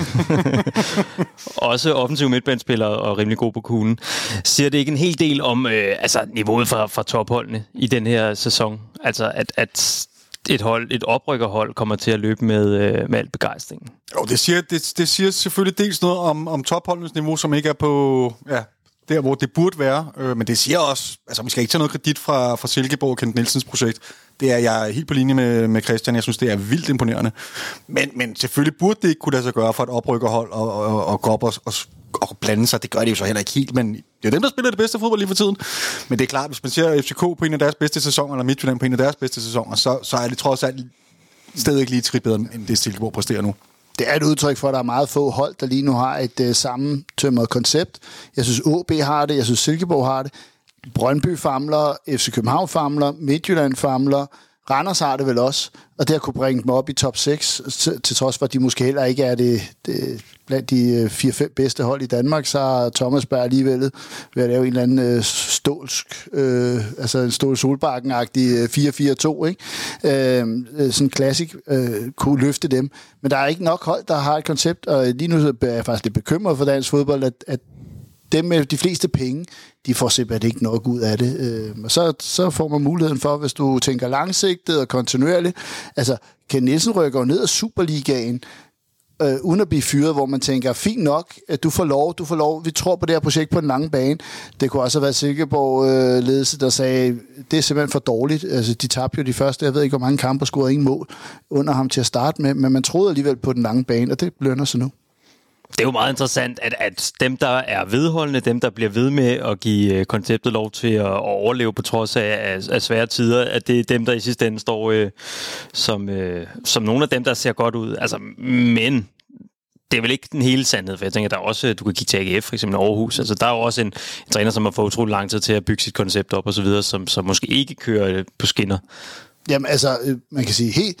Også offensiv midtbanespiller og rimelig god på kuglen. Siger det ikke en hel del om øh, altså, niveauet fra, fra topholdene i den her sæson? Altså, at, at et hold, et oprykkerhold kommer til at løbe med, øh, med al begejstringen. Jo, det siger, det, det siger selvfølgelig dels noget om, om topholdenes niveau, som ikke er på ja, der, hvor det burde være. Øh, men det siger også, altså vi skal ikke tage noget kredit fra, fra Silkeborg og Kent Nielsens projekt. Det er jeg helt på linje med, med Christian. Jeg synes, det er vildt imponerende. Men, men selvfølgelig burde det ikke kunne lade sig gøre for et oprykkerhold og, og, og gå op og, og, og blande sig. Det gør de jo så heller ikke helt, men det er dem, der spiller det bedste fodbold lige for tiden. Men det er klart, hvis man ser F C K på en af deres bedste sæsoner, eller Midtjylland på en af deres bedste sæsoner, så, så er det trods alt stadig ikke lige et skridt bedre, end det Silkeborg præsterer nu. Det er et udtryk for, at der er meget få hold, der lige nu har et øh, sammentømret koncept. Jeg synes, O B har det. Jeg synes, Silkeborg har det. Brøndby famler, F C København famler, Midtjylland famler, Randers har det vel også, og det at kunne bringe dem op i top seks, til, til trods for, at de måske heller ikke er det, det blandt de fire fem bedste hold i Danmark, så har Thomas Berg alligevel ved at lave en eller anden øh, stålsk, øh, altså en Stål Solbakken-agtig fire fire to, ikke? Øh, sådan en klassik øh, kunne løfte dem. Men der er ikke nok hold, der har et koncept, og lige nu er jeg faktisk lidt bekymret for dansk fodbold, at, at dem med de fleste penge, de får simpelthen ikke nok ud af det. Øh, og så, så får man muligheden for, hvis du tænker langsigtet og kontinuerligt. Altså, Ken Nielsen rykker ned af Superligaen, øh, uden at blive fyret, hvor man tænker, fint nok, at du får lov, du får lov, vi tror på det her projekt på den lange bane. Det kunne også have været Silkeborg-ledelse, øh, der sagde, det er simpelthen for dårligt. Altså, de tabte jo de første, jeg ved ikke, hvor mange kampe, og scorede ingen mål under ham til at starte med, men man troede alligevel på den lange bane, og det lønner sig nu. Det er jo meget interessant, at, at dem, der er vedholdende, dem, der bliver ved med at give konceptet lov til at overleve på trods af, af, af svære tider, at det er dem, der i sidste ende står øh, som, øh, som nogle af dem, der ser godt ud. Altså, men det er vel ikke den hele sandhed, for jeg tænker, der er også, du kan kigge til A G F, for eksempel Aarhus. Altså, der er jo også en, en træner, som har fået utrolig lang tid til at bygge sit koncept op og så videre, som, som måske ikke kører på skinner. Jamen, altså, man kan sige helt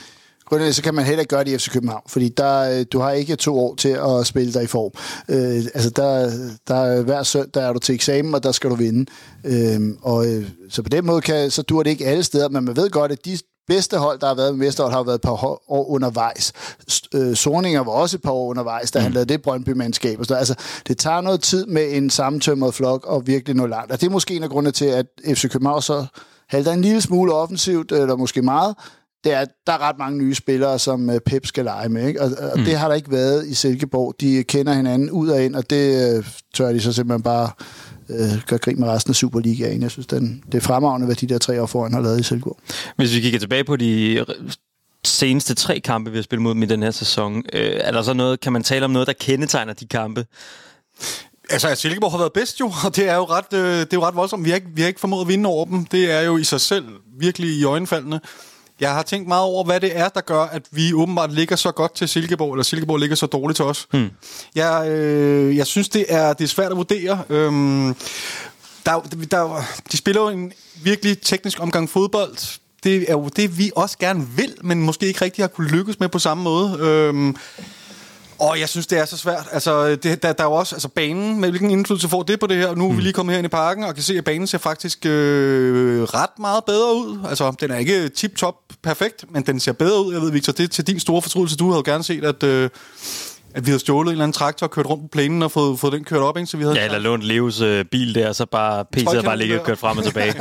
grundlæggende så kan man heller ikke gøre det i F C København, fordi der, du har ikke to år til at spille dig i form. Øh, altså der, der hver søndag er du til eksamen, og der skal du vinde. Øh, og øh, så på den måde kan, så dur det ikke alle steder, men man ved godt, at de bedste hold, der har været med mesterhold, har været et par år undervejs. Sorninger var også et par år undervejs, da han lavede det Brøndby-mandskab. Altså, det tager noget tid med en sammentømret flok og virkelig noget langt. Og det er måske en af grundene til, at F C København så halter en lille smule offensivt, eller måske meget. Det er, der er ret mange nye spillere, som Pep skal lege med, ikke? Og, og mm. det har der ikke været i Silkeborg. De kender hinanden ud og ind, og det tør de så simpelthen bare øh, gøre grin med resten af Superligaen. Jeg synes, den, det er fremragende, hvad de der tre år foran har lavet i Silkeborg. Hvis vi kigger tilbage på de seneste tre kampe, vi har spillet mod dem i den her sæson, øh, er der så noget, kan man tale om noget, der kendetegner de kampe? Altså, at Silkeborg har været bedst jo, og det er jo ret, øh, det er jo ret voldsomt. Vi har, ikke, vi har ikke formået at vinde over dem. Det er jo i sig selv virkelig i øjenfaldende. Jeg har tænkt meget over, hvad det er, der gør, at vi åbenbart ligger så godt til Silkeborg, eller Silkeborg ligger så dårligt til os. Hmm. Jeg, øh, jeg synes, det er, det er svært at vurdere. Øhm, der, der, de spiller jo en virkelig teknisk omgang fodbold. Det er jo det, vi også gerne vil, men måske ikke rigtig har kunne lykkes med på samme måde. Øhm, Og jeg synes, det er så svært. Altså, det, der, der er jo også altså, banen, med hvilken indflydelse får det på det her. Nu er vi lige kommet her ind i parken og kan se, at banen ser faktisk øh, ret meget bedre ud. Altså, den er ikke tip-top perfekt, men den ser bedre ud. Jeg ved, Victor, det er til din store fortrydelse. Du havde jo gerne set, at, øh, at vi havde stjålet en eller anden traktor og kørt rundt på plænen og fået, fået den kørt op, ikke? Så vi havde ja, eller lånt Leos øh, bil der, og så bare P C'et bare ligge og kørt frem og tilbage.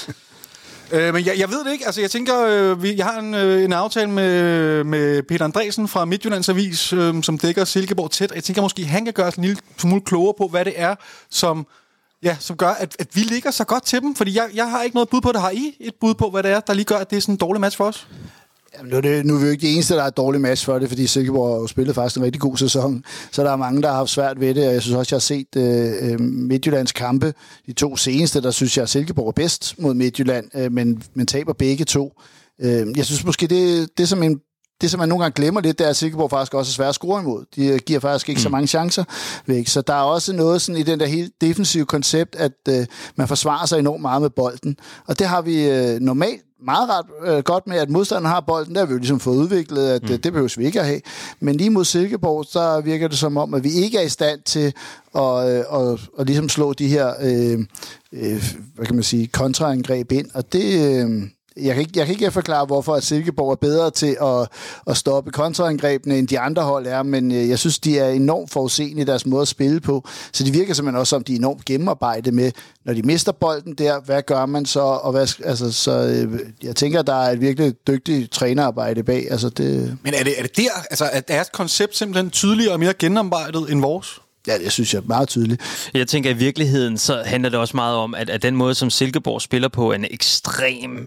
Øh, men jeg, jeg ved det ikke. Altså, jeg tænker, øh, vi, jeg har en, øh, en aftale med, med Peter Andresen fra Midtjyllands Avis, øh, som dækker Silkeborg tæt. Jeg tænker måske, han kan gøre os en lille smule klogere på, hvad det er, som, ja, som gør, at, at vi ligger så godt til dem. Fordi jeg, jeg har ikke noget bud på det. Har I et bud på, hvad det er, der lige gør, at det er sådan en dårlig match for os? Jamen, nu, er det, nu er vi jo ikke de eneste, der er et dårligt match for det, fordi Silkeborg har jo spillet faktisk en rigtig god sæson. Så der er mange, der har haft svært ved det, og jeg synes også, jeg har set øh, Midtjyllands kampe. De to seneste, der synes jeg, at Silkeborg er bedst mod Midtjylland, øh, men, men taber begge to. Øh, jeg synes måske, det, det, som en, det, som man nogle gange glemmer lidt, det er, at Silkeborg faktisk også er svært at score imod. De giver faktisk ikke mm. så mange chancer væk. Så der er også noget sådan i den der helt defensive koncept, at øh, man forsvarer sig enormt meget med bolden. Og det har vi øh, normalt meget ret øh, godt med, at modstanderen har bolden. Der har vi jo ligesom fået udviklet, at mm. det behøves vi ikke at have. Men lige mod Silkeborg, så virker det som om, at vi ikke er i stand til at, øh, at, at ligesom slå de her øh, øh, hvad kan man sige, kontraangreb ind. Og det... Øh, Jeg kan, ikke, jeg kan ikke forklare, hvorfor at Silkeborg er bedre til at, at stoppe kontraangrebene, end de andre hold er, men jeg synes, de er enormt forudseende i deres måde at spille på, så de virker simpelthen også som, de er enormt gennemarbejdet med, når de mister bolden der, hvad gør man så? Og hvad, altså, så jeg tænker, der er et virkelig dygtigt trænerarbejde bag. Altså, det... Men er det, er det der, altså er deres koncept simpelthen tydeligere og mere gennemarbejdet end vores? Ja, det synes jeg er meget tydeligt. Jeg tænker, at i virkeligheden så handler det også meget om, at, at den måde, som Silkeborg spiller på, er en ekstrem,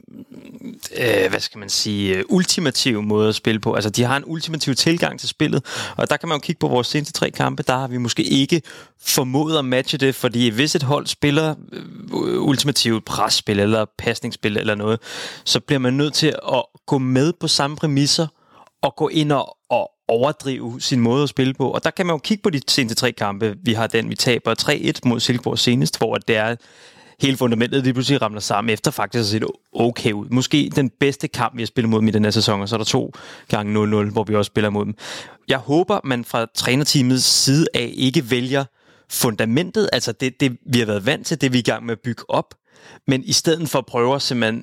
øh, hvad skal man sige, ultimativ måde at spille på. Altså, de har en ultimativ tilgang til spillet, og der kan man jo kigge på vores seneste tre kampe, der har vi måske ikke formået at matche det, fordi hvis et hold spiller øh, ultimativt presspil eller pasningsspil eller noget, så bliver man nødt til at gå med på samme præmisser og gå ind og, og overdrive sin måde at spille på. Og der kan man jo kigge på de seneste tre kampe. Vi har den, vi taber tre et mod Silkeborg senest, hvor det er hele fundamentet lige pludselig ramler sammen, efter faktisk at se det okay ud. Måske den bedste kamp, vi har spillet mod dem i den her sæson, og så er der to gange nul nul, hvor vi også spiller mod dem. Jeg håber, man fra trænerteamets side af ikke vælger fundamentet, altså det, det vi har været vant til, det vi er i gang med at bygge op, men i stedet for at prøve at simpelthen,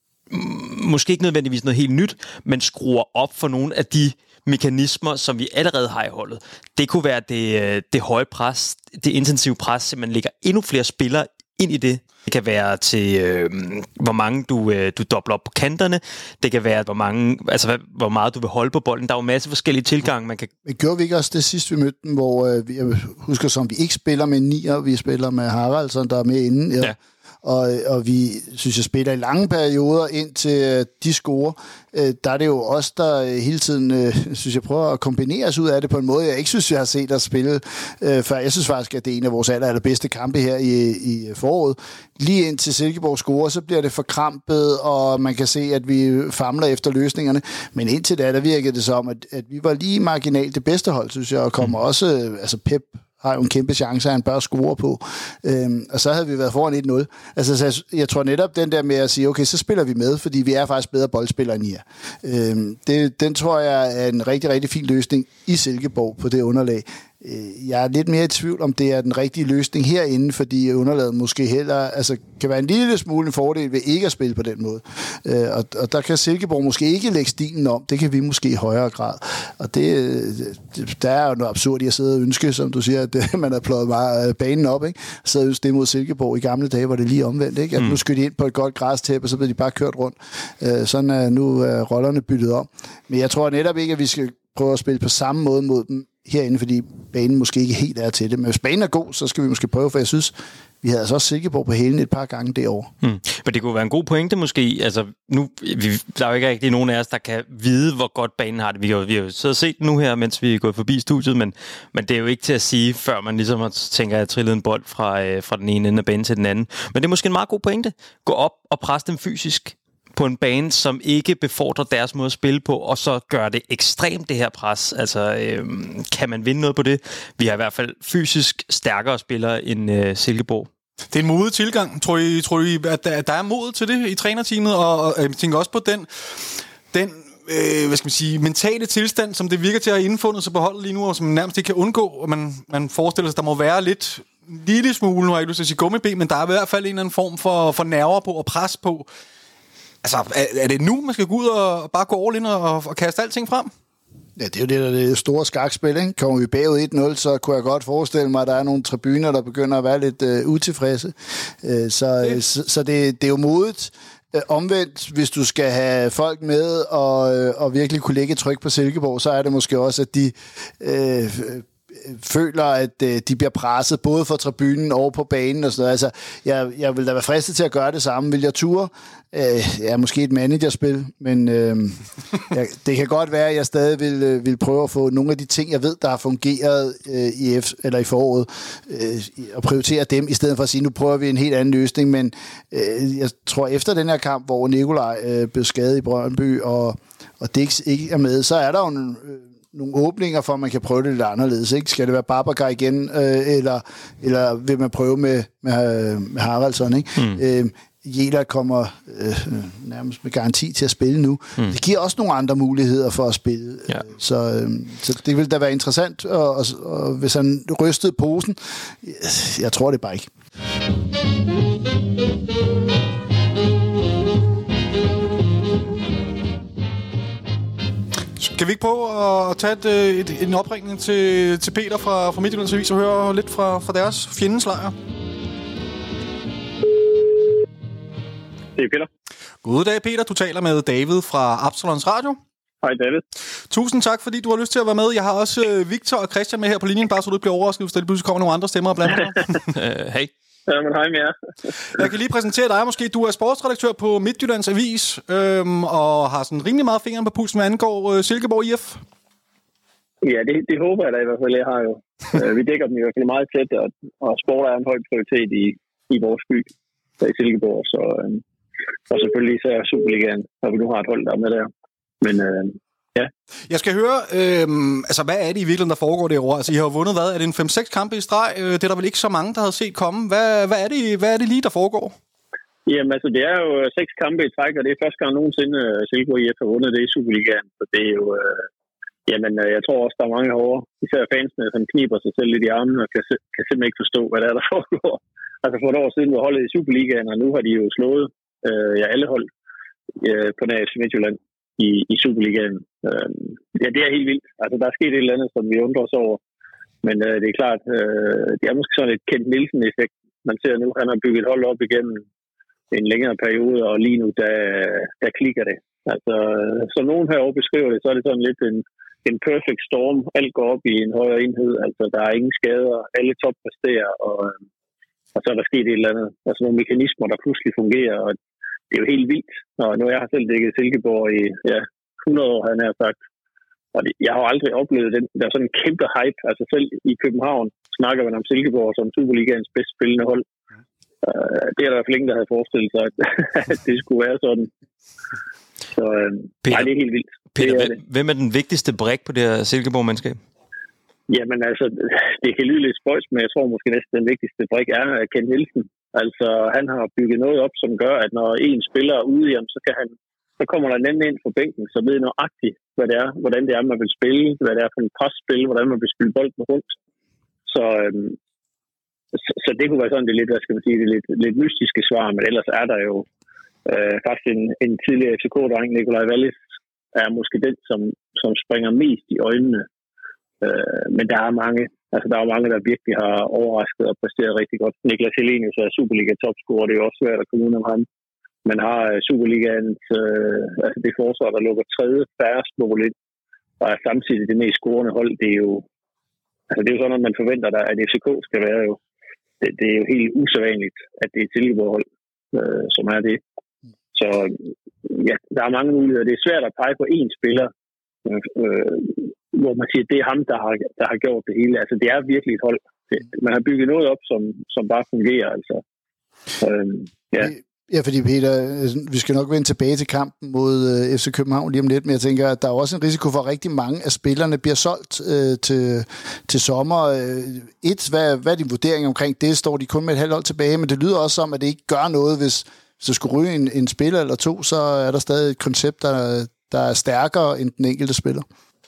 måske ikke nødvendigvis noget helt nyt, men skruer op for nogle af de mekanismer, som vi allerede har i holdet. Det kunne være det, det høje pres, det intensive pres, så man lægger endnu flere spillere ind i det. Det kan være til, øh, hvor mange du, øh, du dobler op på kanterne. Det kan være, hvor, mange, altså, hvor meget du vil holde på bolden. Der er jo en masse forskellige tilgange, man kan... Men gjorde vi ikke også det sidste, vi mødte dem, hvor øh, vi, jeg husker som, vi ikke spiller med nier, vi spiller med Haraldsson, der er med inden. Ja. Ja. Og, og vi, synes jeg, spiller i lange perioder indtil de scorer. Øh, der er det jo os, der hele tiden, øh, synes jeg, prøver at kombinere os ud af det på en måde, jeg ikke synes, jeg har set os spille øh, før. Jeg synes faktisk, at det er en af vores aller, allerbedste kampe her i, i foråret. Lige indtil Silkeborg scorer, så bliver det forkrampet, og man kan se, at vi famler efter løsningerne. Men indtil da, der virkede det som, at, at vi var lige marginalt det bedste hold, synes jeg, og kommer mm. også, altså Pep har jo en kæmpe chance, han bør score på. Øhm, og så havde vi været foran et nul. Altså, så jeg, jeg tror netop den der med at sige, okay, så spiller vi med, fordi vi er faktisk bedre boldspillere end I er. Øhm, det, den tror jeg er en rigtig, rigtig fin løsning i Silkeborg på det underlag. Jeg er lidt mere i tvivl, om det er den rigtige løsning herinde, fordi underlaget måske heller altså, kan være en lille smule en fordel ved ikke at spille på den måde. Øh, og, og der kan Silkeborg måske ikke lægge stilen om. Det kan vi måske i højere grad. Og det, det der er jo noget absurd i at sidde og ønske, som du siger, at man har pløjet meget banen op, ikke? Så ønske det mod Silkeborg i gamle dage, hvor det lige omvendt, ikke? At nu skal de ind på et godt græstæppe, og så bliver de bare kørt rundt. Øh, sådan er nu er rollerne byttet om. Men jeg tror netop ikke, at vi skal prøve at spille på samme måde mod dem herinde, fordi banen måske ikke helt er til det. Men hvis banen er god, så skal vi måske prøve, for jeg synes, vi havde altså også Silkeborg på hælen et par gange derovre. Hmm. Men det kunne være en god pointe måske. Altså, nu, vi, der er jo ikke rigtig nogen af os, der kan vide, hvor godt banen har det. Vi har, vi har jo siddet og set nu her, mens vi er gået forbi studiet, men, men det er jo ikke til at sige, før man ligesom har tænkt, at jeg trillede en bold fra, øh, fra den ene ende af banen til den anden. Men det er måske en meget god pointe. Gå op og presse dem fysisk på en bane, som ikke befordrer deres måde at spille på, og så gør det ekstremt, det her pres. Altså, øh, kan man vinde noget på det? Vi har i hvert fald fysisk stærkere spillere end øh, Silkeborg. Det er en modig tilgang. Tror I, tror I at der, der er mod til det i trænerteamet? Og, og jeg tænker også på den, den øh, hvad skal man sige, mentale tilstand, som det virker til at have indfundet sig på holdet lige nu, og som man nærmest ikke kan undgå. Og man, man forestiller sig, at der må være lidt lille smule, nu har jeg ikke lyst til at sige gummiben, men der er i hvert fald en eller anden form for, for nerver på og pres på. Altså, er, er det nu, man skal gå ud og bare gå all in og, og kaste alting frem? Ja, det er jo det, der det store skakspil, ikke? Kommer vi bagud et nul, så kunne jeg godt forestille mig, at der er nogle tribuner, der begynder at være lidt øh, utilfredse. Øh, så det. så, så det, det er jo modigt. Øh, omvendt, hvis du skal have folk med og, øh, og virkelig kunne lægge tryk på Silkeborg, så er det måske også, at de øh, føler, at øh, de bliver presset både fra tribunen og på banen og sådan noget. Altså, jeg, jeg vil da være fristet til at gøre det samme. Vil jeg ture? Øh, ja, måske et managerspil, men øh, jeg, det kan godt være, at jeg stadig vil, øh, vil prøve at få nogle af de ting, jeg ved, der har fungeret øh, i, F, eller i foråret, øh, og prioritere dem, i stedet for at sige, nu prøver vi en helt anden løsning. Men øh, jeg tror, efter den her kamp, hvor Nikolaj øh, blev skadet i Brøndby, og, og Dix ikke er med, så er der jo en, øh, nogle åbninger for, at man kan prøve det lidt anderledes. Ikke? Skal det være Babacar igen, øh, eller, eller vil man prøve med, med, med Haraldsson? Ikke? Mm. Øh, Jæler kommer øh, nærmest med garanti til at spille nu. Mm. Det giver også nogle andre muligheder for at spille. Ja. Så, øh, så det vil da være interessant, og, og, og hvis han rystede posen, jeg tror det bare ikke. Skal vi ikke prøve at tage et, et, en opringning til, til Peter fra, fra Midtjyllands Avis og høre lidt fra, fra deres fjendeslejr? Det er Peter. Goddag, Peter. Du taler med David fra Absalons Radio. Hej, David. Tusind tak, fordi du har lyst til at være med. Jeg har også Victor og Christian med her på linjen, bare så du ikke bliver overrasket, hvis der pludselig kommer nogle andre stemmer blandt dig. uh, Hej. Ja, men hej med jer. Jeg kan lige præsentere dig måske. Du er sportsredaktør på Midtjyllands Avis, øhm, og har sådan rimelig meget fingeren på pulsen, hvad angår øh, Silkeborg I F. Ja, det, det håber jeg da i hvert fald, jeg har jo. Vi dækker dem i hvert fald meget tæt, og, og sport er en høj prioritet i, i vores by, der i Silkeborg. Så, øh, og selvfølgelig især Superligaen, når vi nu har et hold, der er med der. Men øh, ja. Jeg skal høre, øh, altså hvad er det i virkeligheden, der foregår derovre? Altså I har jo vundet, hvad? Er det en fem seks kampe i streg? Det er der vel ikke så mange, der havde set komme. Hvad, hvad, er, det, hvad er det lige, der foregår? Jamen altså, det er jo seks kampe i træk, og det er første gang nogensinde Silkeborg I F har vundet det i Superligaen. Så det er jo, øh, jamen jeg tror også, der er mange herovre, især fansene, som kniber sig selv lidt i armene og kan, kan simpelthen ikke forstå, hvad der er, der foregår. Altså for et år siden var holdet i Superligaen, og nu har de jo slået øh, ja, alle hold øh, på nær F C Midtjylland i, i Superligaen. Øh, ja, det er helt vildt. Altså der er sket et eller andet, som vi undrer os over. Men øh, det er klart, øh, det er måske sådan et Kent Nielsen-effekt. Man ser nu, han har bygget et hold op igennem en længere periode, og lige nu, der, der klikker det. Altså, som nogen herovre beskriver det, så er det sådan lidt en, en perfect storm. Alt går op i en højere enhed. Altså, der er ingen skader. Alle toppræsterer, og, og så er der sket et eller andet. Altså nogle mekanismer, der pludselig fungerer, og det er jo helt vildt. Og nu er jeg har selv dækket Silkeborg i ja, hundrede år, han har sagt. Og det, jeg har aldrig oplevet den. Der er sådan en kæmpe hype. Altså selv i København snakker man om Silkeborg som Superligaens bedst spillende hold. Uh, det er der i hvert fald ingen, der havde forestillet sig, at, at det skulle være sådan. Så uh, Peter, nej, det er helt vildt. Peter, det er hvem, det. hvem er den vigtigste brik på det her Silkeborg-mandskab? Jamen altså, det kan lyde lidt spøjs, men jeg tror måske næsten den vigtigste brik er Ken Nielsen. Altså, han har bygget noget op, som gør, at når en spiller er ude, jamen, så, kan han, så kommer der en anden ind fra bænken, så ved nøjagtigt, hvad det er, hvordan det er, man vil spille, hvad det er for en presspil, hvordan man vil spille bolden rundt. Så, øhm, så, så det kunne være sådan det lidt, hvad skal man sige, det lidt, lidt mystiske svar, men ellers er der jo øh, faktisk en, en tidligere F C K-dreng, Nikolaj Wallis, er måske den, som, som springer mest i øjnene. Øh, men der er mange, altså der er mange, der virkelig har overrasket og præsteret rigtig godt. Niklas Helenius er Superliga-topscorer, det er jo også svært at komme ud om ham. Man har Superligaens, øh, altså det forsvar, der lukker tredje færrest mål ind, og er samtidig det mest scorende hold. Det er jo, altså det er jo sådan, at man forventer, at F C K skal være jo. Det, det er jo helt usædvanligt, at det er et Silkeborg-hold, øh, som er det. Så ja, der er mange muligheder. Det er svært at pege på én spiller, øh, hvor man siger, at det er ham, der har, der har gjort det hele. Altså, det er virkelig et hold. Det, man har bygget noget op, som, som bare fungerer. Altså. Øh, ja. Ja, fordi Peter, vi skal nok vende tilbage til kampen mod øh, F C København lige om lidt, men jeg tænker, at der er også en risiko for, at rigtig mange af spillerne bliver solgt øh, til, til sommer. Et, hvad, hvad er din vurdering omkring det? Står de kun med et halvt hold tilbage, men det lyder også som, at det ikke gør noget, hvis, hvis der skulle ryge en, en spiller eller to, så er der stadig et koncept, der, der er stærkere end den enkelte spiller.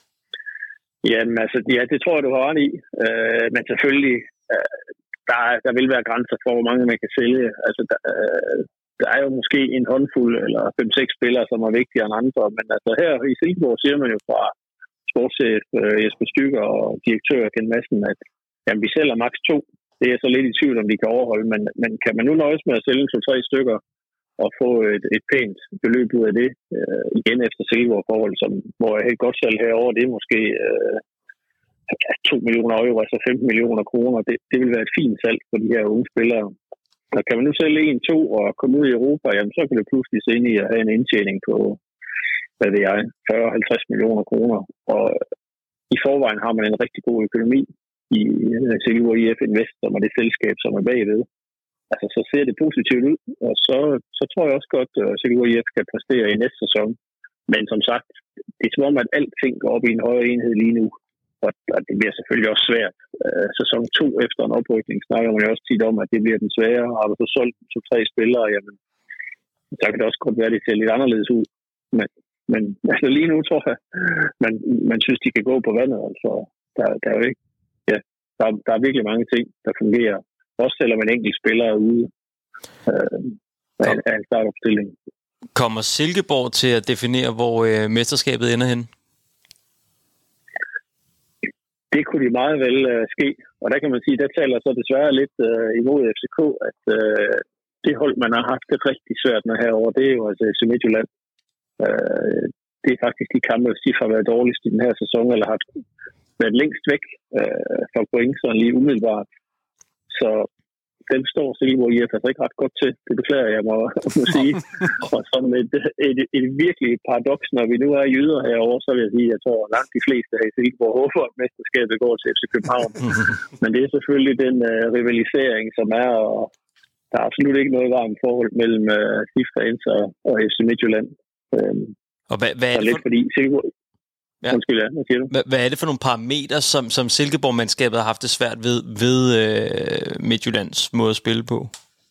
Jamen, altså, ja, det tror jeg, du har ret i. Øh, men selvfølgelig, øh, der, der vil være grænser for, hvor mange man kan sælge. Altså, der, øh, der er jo måske en håndfuld eller fem-seks spillere, som er vigtigere end andre. Men altså her i Silkeborg siger man jo fra sportschef øh, Jesper Stygger og direktør Ken Madsen, at jamen, vi sælger maks to. Det er så lidt i tvivl, om de kan overholde. Men, men kan man nu nøjes med at sælge to-tre stykker og få et, et pænt beløb ud af det øh, igen efter Silkeborg-forhold, som, hvor jeg helt godt salg herovre, det er måske øh, to millioner euro, altså femten millioner kroner. Det, det vil være et fint salg for de her unge spillere. Og kan man nu sælge en, to og komme ud i Europa, jamen, så kan det pludselig se ind i at have en indtjening på, hvad ved jeg, fyrre til halvtreds millioner kroner. Og i forvejen har man en rigtig god økonomi i Silkeborg I F Invest, som er det selskab, som er bagved. Altså, så ser det positivt ud, og så, så tror jeg også godt, at Silkeborg I F kan præstere i næste sæson. Men som sagt, det er som om, at alting går op i en højere enhed lige nu. Og det bliver selvfølgelig også svært. Uh, sæson to efter en oprykning snakker man jo også tit om, at det bliver den svære. Har du så solgt to-tre spillere, jamen, så kan det også godt være, at det ser lidt anderledes ud. Men, men altså, lige nu tror jeg, man, man synes, de kan gå på vandet. Altså, der, der er jo ikke, ja, der, der er virkelig mange ting, der fungerer. Også selvom en enkelt spiller er ude uh, af, af en startopstilling. Kommer Silkeborg til at definere, hvor øh, mesterskabet ender hen? Det kunne de meget vel uh, ske, og der kan man sige, der taler så desværre lidt uh, imod F C K, at uh, det hold, man har haft det rigtig svært med herovre, det er jo altså F C Midtjylland. Uh, det er faktisk de kampe, de har været dårligst i den her sæson, eller har været længst væk uh, fra point, sådan lige umiddelbart. Så den står Silkeborg I F altså ikke ret godt til. Det beklager jeg mig må sige. Og som et, et, et virkelig paradoks, når vi nu er jyder herovre, så vil jeg sige, at jeg tror, at langt de fleste her i Silkeborg håber, at mesterskabet går til F C København. Men det er selvfølgelig den uh, rivalisering, som er, og der er absolut ikke noget varmt forhold mellem uh, S I F-fans og, og F C Midtjylland. Um, og hvad, hvad er det lidt for... fordi Silkeborg... Ja. Undskyld, ja. Hvad siger du? Hvad, hvad er det for nogle parametre, som, som Silkeborg-mandskabet har haft det svært ved, ved øh, Midtjyllands måde at spille på?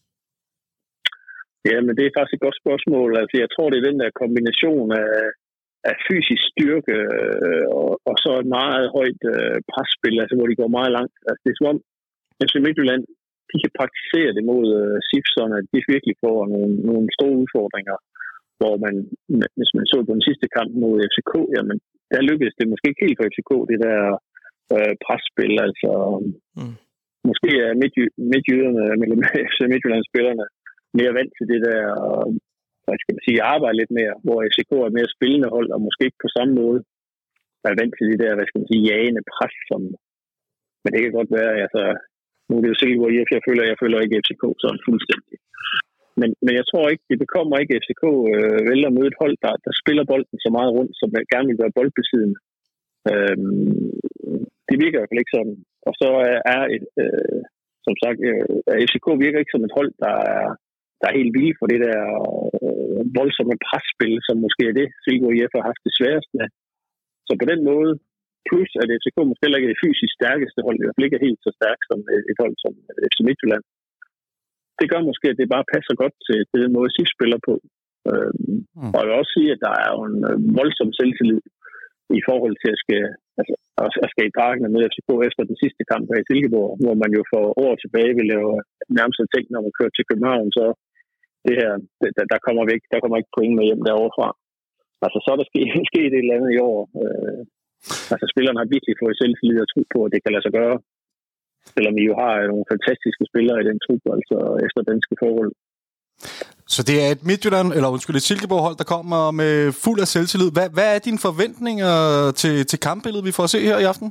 Ja, men det er faktisk et godt spørgsmål. Altså, jeg tror, det er den der kombination af, af fysisk styrke øh, og, og så et meget højt øh, presspil, altså, hvor de går meget langt. Altså, det er som om, F C Midtjylland, de kan praktisere det mod øh, S I F, sådan at de virkelig får nogle, nogle store udfordringer, hvor man, hvis man så på den sidste kamp mod F C K, jamen, der lykkedes det måske ikke helt for F C K, det der øh, presspil, altså mm. måske er midtjyderne, mellem F C Midtjylland-spillerne, mere vant til det der, hvad skal man sige, arbejde lidt mere, hvor F C K er mere spillende hold, og måske ikke på samme måde er vant til det der, hvad skal man sige, jagende pres, som, men det kan godt være, altså, nu er det jo Silkeborg I F, jeg føler, jeg føler ikke F C K sådan fuldstændig. Men, men jeg tror ikke, det bekommer ikke F C K øh, vel at møde et hold, der, der spiller bolden så meget rundt, som jeg gerne vil gøre boldbesiddende. Øhm, det virker i hvert fald ikke sådan. Og så er et, øh, som sagt, øh, F C K virker ikke som et hold, der er, der er helt vildt for det der øh, voldsomme presspil, som måske er det, Silkeborg I F har haft det sværest med. Så på den måde, Plus at F C K måske heller ikke er det fysisk stærkeste hold, i hvert fald ikke er helt så stærkt som et hold som F C Midtjylland. Det gør måske, at det bare passer godt til, til den måde, S I F spiller på. Øhm, mm. Og jeg vil også sige, at der er jo en voldsom selvtillid i forhold til at skal, altså, at skal i parken med F C K efter den sidste kamp her i Silkeborg, hvor man jo for år tilbage ville lave nærmest ting, når man kører til København, så det her, der, der kommer væk, der kommer ikke point med hjem derovre fra. Altså, så er der sket, sket et eller andet i år. Øh, altså, spillerne har virkelig fået selvtillid og tro på, at det kan lade sig gøre. Selvom vi jo har nogle fantastiske spillere i den trup, altså efter danske forhold. Så det er et Midtjylland, eller undskyld, et Silkeborg-hold, der kommer med fuld af selvtillid. Hvad, hvad er dine forventninger til, til kampbilledet, vi får at se her i aften?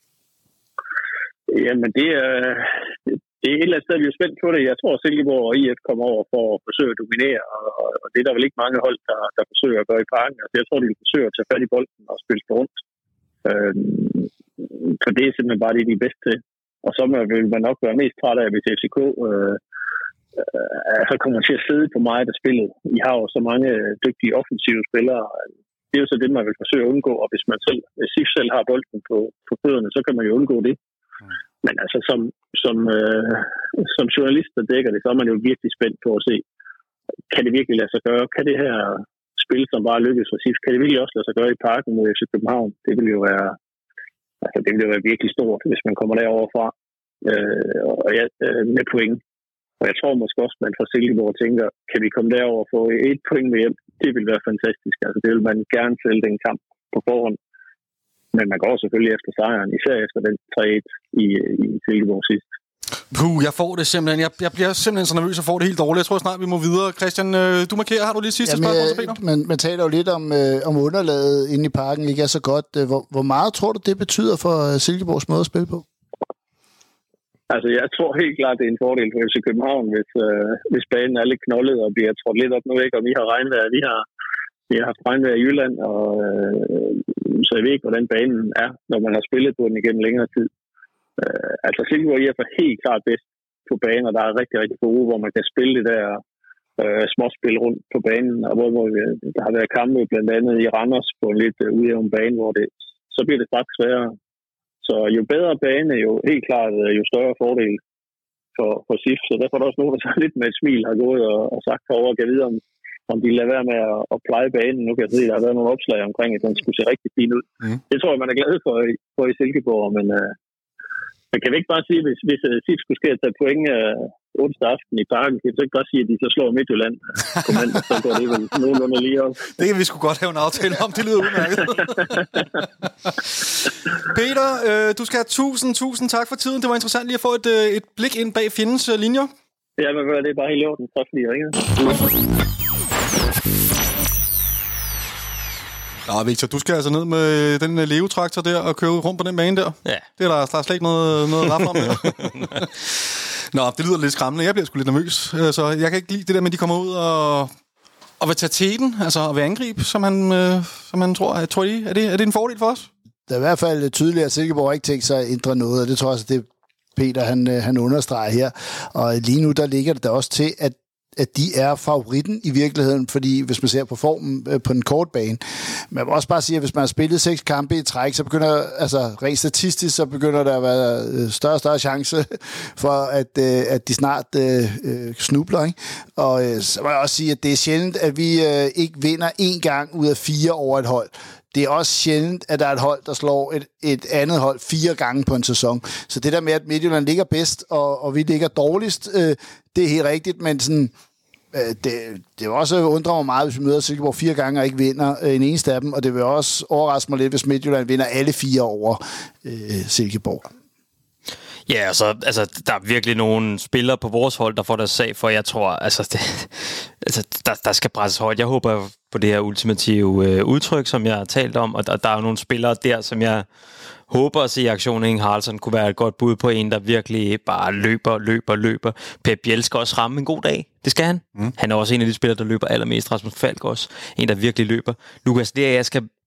Jamen, det er, det er et eller andet sted, vi er spændt på det. Jeg tror, at Silkeborg og I F kommer over for at forsøge at dominere, og, og det er der vel ikke mange hold, der, der forsøger at gøre i parken. Altså, jeg tror, de vil forsøge at tage fat i bolden og spille sig rundt. Øhm, for det er simpelthen bare det, de er bedst til. Og så vil man nok være mest træt af, hvis F C K øh, øh, så kommer til at sidde på meget af spillet. I har jo så mange dygtige offensive spillere. Det er jo så det, man vil forsøge at undgå. Og hvis man selv, hvis S I F selv har bolden på, på fødderne, så kan man jo undgå det. Mm. Men altså som, som, øh, som journalist, der dækker det, så er man jo virkelig spændt på at se, kan det virkelig lade sig gøre? Kan det her spil, som bare lykkes for S I F, kan det virkelig også lade sig gøre i parken mod F C København? Det vil jo være Altså, det ville jo være virkelig stort, hvis man kommer derover fra øh, og ja, øh, med point. Og jeg tror måske også, at man fra Silkeborg tænker, kan vi komme derover og få et point med hjem? Det vil være fantastisk. Altså, det vil man gerne sælge den kamp på forhånd. Men man går selvfølgelig efter sejren, især efter den tre et i, i Silkeborg sidst. Puh, jeg får det simpelthen. Jeg, jeg bliver simpelthen så nervøs og får det helt dårligt. Jeg tror snart, vi må videre. Christian, du markerer. Har du lige sidste Jamen, spørgsmål til Peter? Man, man taler jo lidt om, øh, om underlaget inde i parken ikke er så godt. Hvor, hvor meget tror du, det betyder for Silkeborgs måde at spille på? Altså, jeg tror helt klart, det er en fordel for F C København, hvis, øh, hvis banen er lidt knoldet og bliver trådt lidt op nu, ikke? Og vi har regnvejr. Vi har, vi har haft regnvejr i Jylland, og øh, så jeg ved ikke, hvordan banen er, når man har spillet på den igennem længere tid. Uh, altså Silkeborg er for helt klart bedst på baner, der er rigtig, rigtig gode, hvor man kan spille det der uh, småspil rundt på banen, og hvor, hvor vi, der har været kampe blandt andet i Randers på en lidt uh, ujævn bane, hvor det, så bliver det straks sværere. Så jo bedre bane, jo helt klart, uh, jo større fordel for, for S I F. Så derfor er der også nogen, der så lidt med et smil har gået og, og sagt herovre, kan vide om, om de lader være med at, at pleje banen. Nu kan jeg se, at der har været nogle opslag omkring, at den skulle se rigtig fin ud. Mm. Det tror jeg, man er glad for, for i Silkeborg, men uh, Men kan vi ikke bare sige, hvis, hvis uh, S I F skulle ske at tage point uh, onsdag aften i parken, kan vi så ikke bare sige, at de så slår Midtjylland på mandag, så går det vel nogenlunde lige op. Det kan vi sgu godt have en aftale om, det lyder udmærket. Peter, øh, du skal have tusind, tusind tak for tiden. Det var interessant lige at få et, øh, et blik ind bag fjendens øh, linjer. Ja, men det er bare helt i orden. Tak fordi I ringede. Nå, Victor, du skal altså ned med den Leo-traktor der og køre rundt på den bane der. Ja. Det er der, der er slet ikke noget, noget rap om der. Nå, det lyder lidt skræmmende. Jeg bliver sgu lidt nervøs. Så jeg kan ikke lide det der med, at de kommer ud og, og vil tage teten, altså og vil angribe, som han, øh, som han tror. Tror I, er det, er det en fordel for os? Det er i hvert fald tydeligt, at Silkeborg ikke tænkt sig at ændre noget, og det tror jeg også, det Peter han, han understreger her. Og lige nu, der ligger det da også til, at at de er favoritten i virkeligheden, fordi hvis man ser på formen øh, på den korte bane. Man må også bare sige, at hvis man har spillet seks kampe i træk, så begynder, altså rent statistisk, så begynder der at være større og større chance for, at, øh, at de snart øh, snubler. Ikke? Og øh, så må jeg også sige, at det er sjældent, at vi øh, ikke vinder en gang ud af fire over et hold. Det er også sjældent, at der er et hold, der slår et, et andet hold fire gange på en sæson. Så det der med, at Midtjylland ligger bedst, og, og vi ligger dårligst, øh, det er helt rigtigt, men sådan, øh, det, det vil også undre mig meget, hvis vi møder Silkeborg fire gange og ikke vinder øh, en eneste af dem, og det vil også overraske mig lidt, hvis Midtjylland vinder alle fire over øh, Silkeborg. Ja, altså, altså, der er virkelig nogle spillere på vores hold, der får deres sag for, jeg tror, altså, det, altså der, der skal presses højt. Jeg håber på det her ultimative øh, udtryk, som jeg har talt om, og der, der er jo nogle spillere der, som jeg håber at se i aktionen. Inge Haraldsson kunne være et godt bud på en, der virkelig bare løber, løber, løber. Pep Biel skal også ramme en god dag. Det skal han. Mm. Han er også en af de spillere, der løber allermest. Rasmus Falk også. En, der virkelig løber. Lukas, det er, jeg skal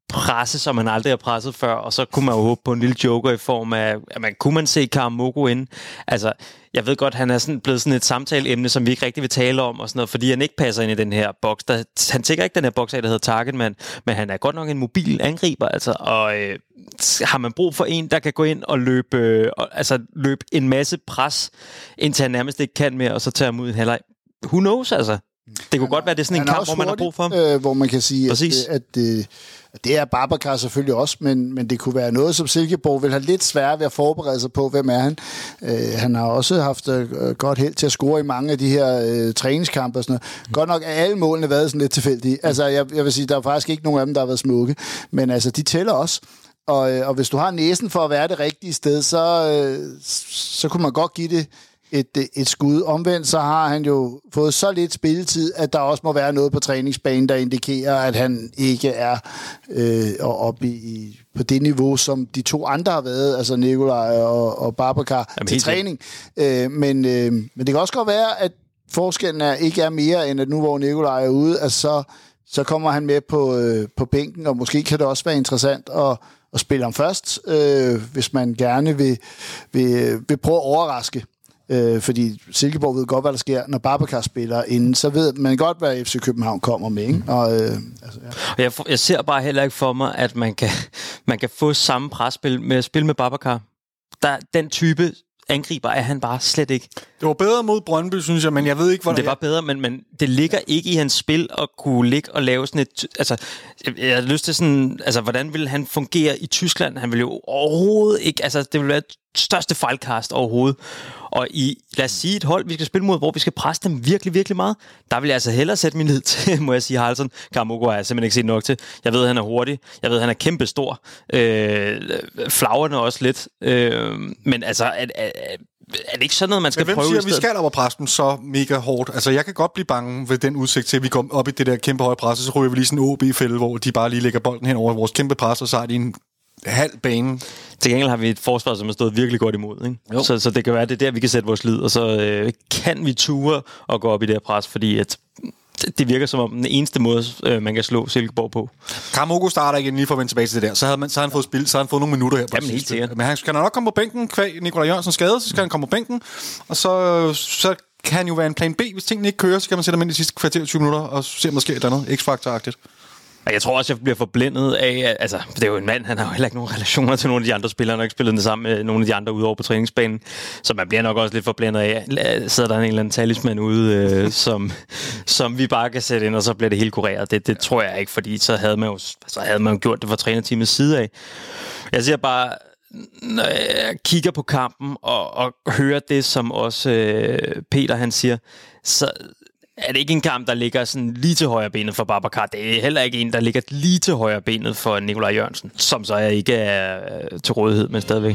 presse, som man aldrig har presset før, og så kunne man jo håbe på en lille joker i form af, at man kunne man se Karamoko ind. Altså, jeg ved godt, han er sådan blevet sådan et samtaleemne, som vi ikke rigtig vil tale om, og sådan noget, fordi han ikke passer ind i den her boks. Der, han tænker ikke den her boks af, der hedder Targetman, men han er godt nok en mobil angriber, altså, og øh, har man brug for en, der kan gå ind og løbe, øh, altså, løbe en masse pres, indtil han nærmest ikke kan mere, og så tager ham ud i en halvleg. Who knows, altså? Det kunne han, godt være, det er sådan en kamp, hvor man har brug for ham. Øh, hvor man kan sige, at, at, at, at det er Babacar selvfølgelig også, men, men det kunne være noget, som Silkeborg vil have lidt svært ved at forberede sig på, hvem er han. Øh, han har også haft øh, godt held til at score i mange af de her øh, træningskampe og sådan noget. Mm. Godt nok er alle målene været sådan lidt tilfældige. Altså, jeg, jeg vil sige, der er faktisk ikke nogen af dem, der har været smukke, men altså, de tæller også. Og, og hvis du har næsen for at være det rigtige sted, så, øh, så kunne man godt give det Et, et skud. Omvendt så har han jo fået så lidt spilletid, at der også må være noget på træningsbanen, der indikerer, at han ikke er øh, oppe i, på det niveau, som de to andre har været, altså Nikolaj og, og Babacar, Jamen, til træning. Øh, men, øh, men det kan også godt være, at forskellen er, ikke er mere, end at nu hvor Nikolaj er ude, altså, så, så kommer han med på, øh, på bænken, og måske kan det også være interessant at, at spille ham først, øh, hvis man gerne vil, vil, vil prøve at overraske. Øh, fordi Silkeborg ved godt, hvad der sker, når Babacar spiller inden, så ved man godt, hvad F C København kommer med. Ikke? Og, øh, altså, ja. og jeg, jeg ser bare heller ikke for mig, at man kan, man kan få samme presspil med at spille med Babacar. Der, den type angriber er han bare slet ikke. Det var bedre mod Brøndby, synes jeg, men jeg ved ikke, hvordan det var bedre, men, men det ligger ikke i hans spil at kunne ligge og lave sådan et... Altså, jeg, jeg har lyst til sådan... Altså, hvordan ville han fungere i Tyskland? Han ville jo overhovedet ikke... Altså, det ville være et største fejlkast overhovedet. Og i, lad os sige, et hold, vi skal spille mod, hvor vi skal presse dem virkelig, virkelig meget, der vil jeg altså hellere sætte min lid til, må jeg sige, Haraldsson. Karamoko har jeg simpelthen ikke set nok til. Jeg ved, han er hurtig. Jeg ved, han er kæmpe stor. Øh, flagrende også lidt. Øh, men altså, er, er, er det ikke sådan noget, man skal men prøve? Hvem siger, at vi skal op og presse dem så mega hårdt? Altså, jeg kan godt blive bange ved den udsigt til, at vi går op i det der kæmpe høje pres, så ryger vi lige sådan en O B-fælde, hvor de bare lige lægger bolden hen over vores kæmpe pres, og så er de en halv bane. Til gengæld har vi et forsvar, som har stået virkelig godt imod. Ikke? Så, så det kan være, det er der, vi kan sætte vores lid, og så øh, kan vi ture og gå op i det her pres, fordi at det virker som om den eneste måde, øh, man kan slå Silkeborg på. Karamoko starter igen lige for at vende tilbage til det der. Så havde, man, så havde han fået spil, så havde han fået nogle minutter her på Jamen, helt sikkert. Men han skal nok komme på bænken, kvæg Nikolaj Jørgensen skade, så skal han komme på bænken, og så, så kan han jo være en plan B. Hvis tingene ikke kører, så kan man sætte ham ind de sidste kvarter tyve minutter, og se om der sker et eller andet X-faktor-agtigt. Jeg tror også, jeg bliver forblændet af, altså, det er jo en mand, han har jo heller ikke nogen relationer til nogle af de andre spillere, han har ikke spillet det sammen med nogle af de andre ude over på træningsbanen, så man bliver nok også lidt forblændet af, sidder der en eller anden talisman ude, øh, som, som vi bare kan sætte ind, og så bliver det helt kureret. Det, det tror jeg ikke, fordi så havde man jo så havde man jo gjort det fra trænerteamets side af. Jeg siger bare, når jeg kigger på kampen og, og hører det, som også øh, Peter han siger, så er det ikke en kamp, der ligger sådan lige til højre benet for Babacar. Det er heller ikke en, der ligger lige til højre benet for Nikolaj Jørgensen, som så er ikke er til rådighed, men stadigvæk.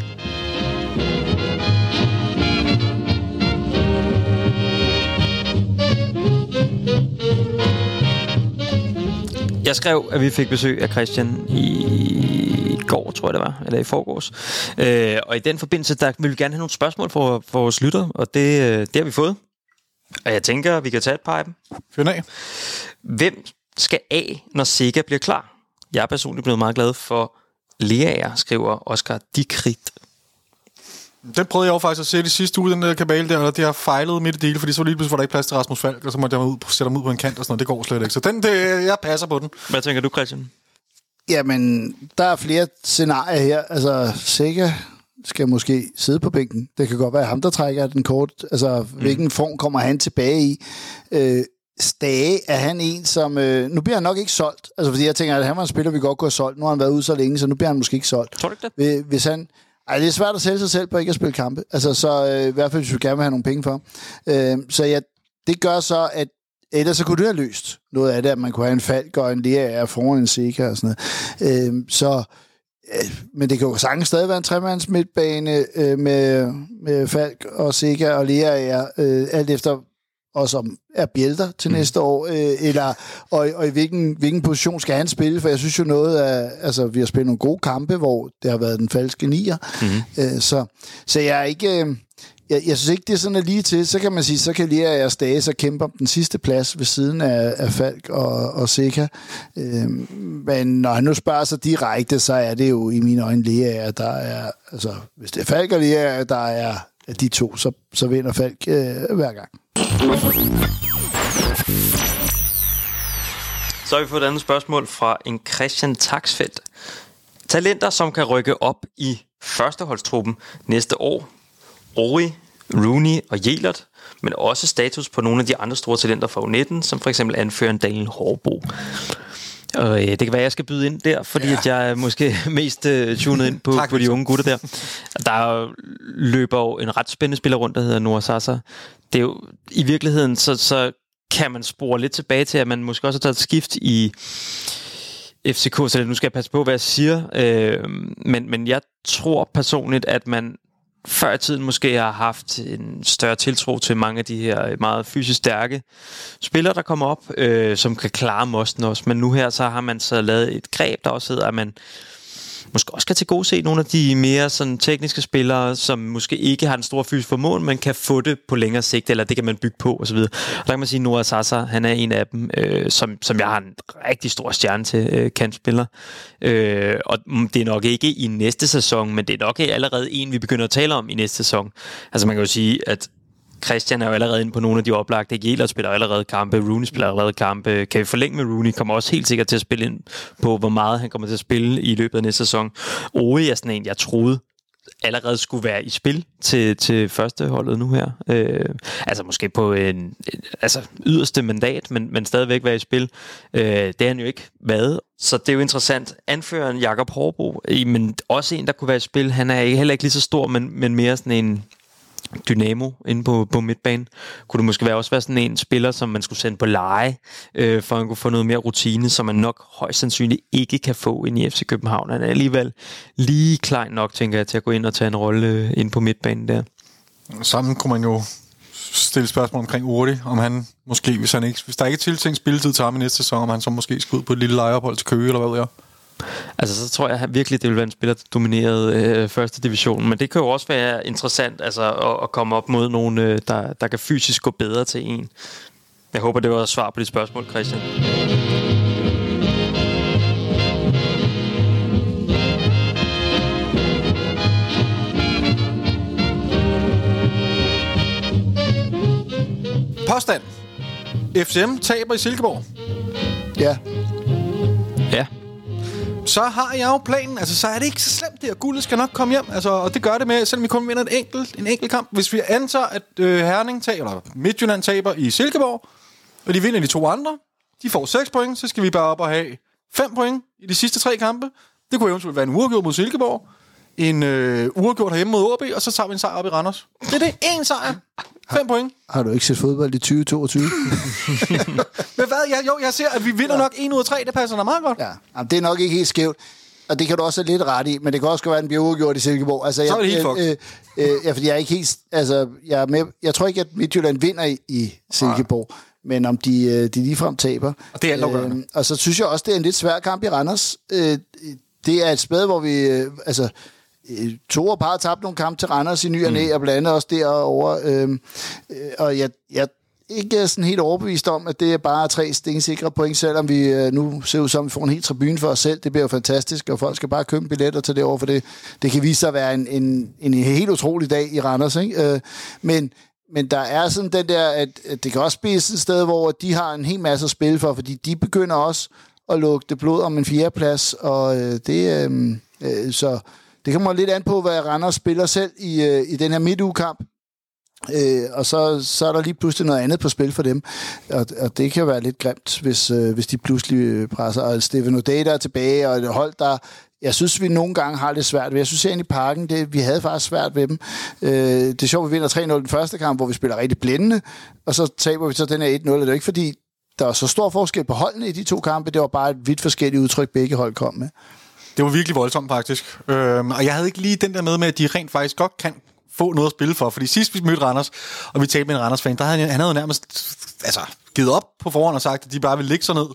Jeg skrev, at vi fik besøg af Christian i går, tror jeg det var, eller i forgårs. Øh, og i den forbindelse, der vil vi gerne have nogle spørgsmål for, for vores lytter, og det, det har vi fået. Og jeg tænker, vi kan tage et par af dem. Fynd af. Hvem skal af, når Sega bliver klar? Jeg er personligt blevet meget glad for Leaer, skriver Oscar Dikrit. Den prøvede jeg jo faktisk at sætte i sidste uge, den der kabale der, og det har fejlet midt i det hele, fordi så lige pludselig var der ikke plads til Rasmus Falk, og så måtte jeg ud, sætte ham ud på en kant og sådan noget. Det går slet ikke. Så den, det, jeg passer på den. Hvad tænker du, Christian? Jamen, der er flere scenarier her. Altså, Sega skal måske sidde på bænken. Det kan godt være ham, der trækker den kort. Altså, mm. hvilken form kommer han tilbage i? Øh, Stage, er han en, som... Øh, nu bliver han nok ikke solgt. Altså, fordi jeg tænker, at han var en spiller, vi godt kunne have solgt. Nu har han været ude så længe, så nu bliver han måske ikke solgt. Tror du ikke det? Hvis han... Ej, det er svært at sælge sig selv på ikke at spille kampe. Altså, så øh, i hvert fald, hvis vi gerne vil have nogle penge for. Øh, så ja, det gør så, at ellers så kunne det have løst noget af det, at man kunne have en Falk og en Leaer foran en Sega og sådan noget. Øh, så... Men det kan jo sagtens stadig være en tremands midtbane øh, med, med Falk og Sega og Leaer, øh, alt efter også om er bjælter til mm. næste år, øh, eller, og, og i hvilken, hvilken position skal han spille, for jeg synes jo noget af, altså vi har spillet nogle gode kampe, hvor det har været den falske nier, mm. øh, så, så jeg er ikke, øh, jeg, jeg synes ikke, det er sådan lige til. Så kan man sige, så kan Lea og Stage og kæmpe om den sidste plads ved siden af, af Falk og, og Sika. Øhm, men når han nu spørger sig direkte, så er det jo i mine øjne Lea, der er... Altså, hvis det er Falk og Lea, der er de to, så, så vinder Falk øh, hver gang. Så har vi fået et andet spørgsmål fra en Christian Taksfeldt. Talenter, som kan rykke op i førsteholdstruppen næste år. Ori, Rooney og Jelert, men også status på nogle af de andre store talenter fra U nitten, som for eksempel anføreren Daniel Hårbo. Og øh, det kan være, at jeg skal byde ind der, fordi ja. at jeg er måske mest øh, tunet ind på, på de unge gutter der. Der løber jo en ret spændende spiller rundt, der hedder Noah Sasa. Det er jo i virkeligheden, så, så kan man spore lidt tilbage til, at man måske også har taget et skift i F C K, så nu skal jeg passe på, hvad jeg siger. Øh, men, men jeg tror personligt, at man før i tiden måske har haft en større tiltro til mange af de her meget fysisk stærke spillere, der kommer op, øh, som kan klare mosten også. Men nu her, så har man så lavet et greb, der også hedder, at man måske også kan tilgodese nogle af de mere sådan tekniske spillere, som måske ikke har den store fysiske formål, men kan få det på længere sigt, eller det kan man bygge på osv. Og der kan man sige, at Noah Sasa, han er en af dem, øh, som, som jeg har en rigtig stor stjerne til øh, kantspiller. Øh, og det er nok ikke i næste sæson, men det er nok allerede en, vi begynder at tale om i næste sæson. Altså man kan jo sige, at Christian er jo allerede inde på nogle af de oplagte. Jelert spiller allerede kampe, Rooney spiller allerede kampe. Kan vi forlænge med Rooney? Kommer også helt sikkert til at spille ind på, hvor meget han kommer til at spille i løbet af næste sæson. Ori er sådan en, jeg troede allerede skulle være i spil til, til første holdet nu her. Øh, altså måske på en altså yderste mandat, men, men stadigvæk være i spil. Øh, det er han jo ikke været. Så det er jo interessant. Anføreren Jakob Hårbo, men også en, der kunne være i spil. Han er heller ikke lige så stor, men, men mere sådan en dynamo inde på, på midtbanen. Kunne det måske være også være sådan en spiller, som man skulle sende på leje, øh, for at man kunne få noget mere rutine, som man nok højst sandsynligt ikke kan få ind i F C København. Han er alligevel lige klein nok, tænker jeg, til at gå ind og tage en rolle øh, inde på midtbanen der. Sammen kunne man jo stille spørgsmål omkring Uri, om han måske, hvis, han ikke, hvis der ikke er tiltænkt spilletid til ham i næste sæson, om han så måske skal ud på et lille lejeophold til Køge, eller hvad ved jeg? Altså, så tror jeg at virkelig, det vil være en spiller, der dominerede øh, første division. Men det kan jo også være interessant altså, at, at komme op mod nogen, øh, der, der kan fysisk gå bedre til en. Jeg håber, det var et svar på dit spørgsmål, Christian. Påstand. F C M taber i Silkeborg. Ja. Ja. Så har jeg jo planen, altså så er det ikke så slemt det, og guldet skal nok komme hjem, altså, og det gør det med, selvom vi kun vinder et enkelt, en enkelt kamp. Hvis vi antager, at øh, Herning taber, eller Midtjylland taber i Silkeborg, og de vinder de to andre, de får seks point, så skal vi bare op og have fem point i de sidste tre kampe. Det kunne eventuelt være en uafgjort mod Silkeborg, en øh, uafgjort herhjemme mod O B, og så tager vi en sejr op i Randers. Det er det, én sejr. Fem point. Har du ikke set fodbold i tyve toogtyve? Men hvad? Jeg, jo, jeg ser, at vi vinder ja. nok en ud af tre. Det passer da meget godt. Ja, jamen, det er nok ikke helt skævt. Og det kan du også have lidt ret i, men det kan også være, at den bliver uafgjort i Silkeborg. Altså, jeg, så er det helt fucked. Øh, øh, ja, fordi jeg er ikke helt... Altså, jeg, er med, jeg tror ikke, at Midtjylland vinder i, i Silkeborg, ja. men om de, de ligefrem taber. Og det er alt øh, Og så synes jeg også, det er en lidt svær kamp i Randers. Øh, det er et sted, hvor vi... Øh, altså, to og par har tabt nogle kampe til Randers i ny og næ, og blandt andet også derovre. Øhm, øh, og jeg, jeg er ikke sådan helt overbevist om, at det er bare tre stensikre point, selvom vi øh, nu ser ud som, vi får en helt tribune for os selv. Det bliver jo fantastisk, og folk skal bare købe billetter til det over, for det, det kan vise sig at være en, en, en helt utrolig dag i Randers. Ikke? Øh, men, men der er sådan den der, at, at det kan også blive sådan et sted, hvor de har en hel masse at spille for, fordi de begynder også at lugte blod om en fjerdeplads, og øh, det øh, øh, så... Det kommer lidt an på, hvad Randers spiller selv i, øh, i den her midtugekamp. Øh, og så, så er der lige pludselig noget andet på spil for dem. Og, og det kan være lidt grimt, hvis, øh, hvis de pludselig presser. Og Stefan O'Day der er tilbage, og et hold, der... Jeg synes, vi nogle gange har det svært. Jeg synes, at i Parken, det, vi havde faktisk svært ved dem. Øh, det er sjovt, at vi vinder tre nul den første kamp, hvor vi spiller rigtig blændende, og så taber vi så den her et nul. Det er ikke fordi, der var så stor forskel på holdene i de to kampe. Det var bare et vidt forskelligt udtryk, begge hold kom med. Det var virkelig voldsomt, faktisk. Øhm, og jeg havde ikke lige den der med, med, at de rent faktisk godt kan få noget at spille for. Fordi sidst vi mødte Randers, og vi talte med en Randers-fan, der havde han, han havde jo nærmest altså, givet op på forhånd og sagt, at de bare ville ligge sig ned.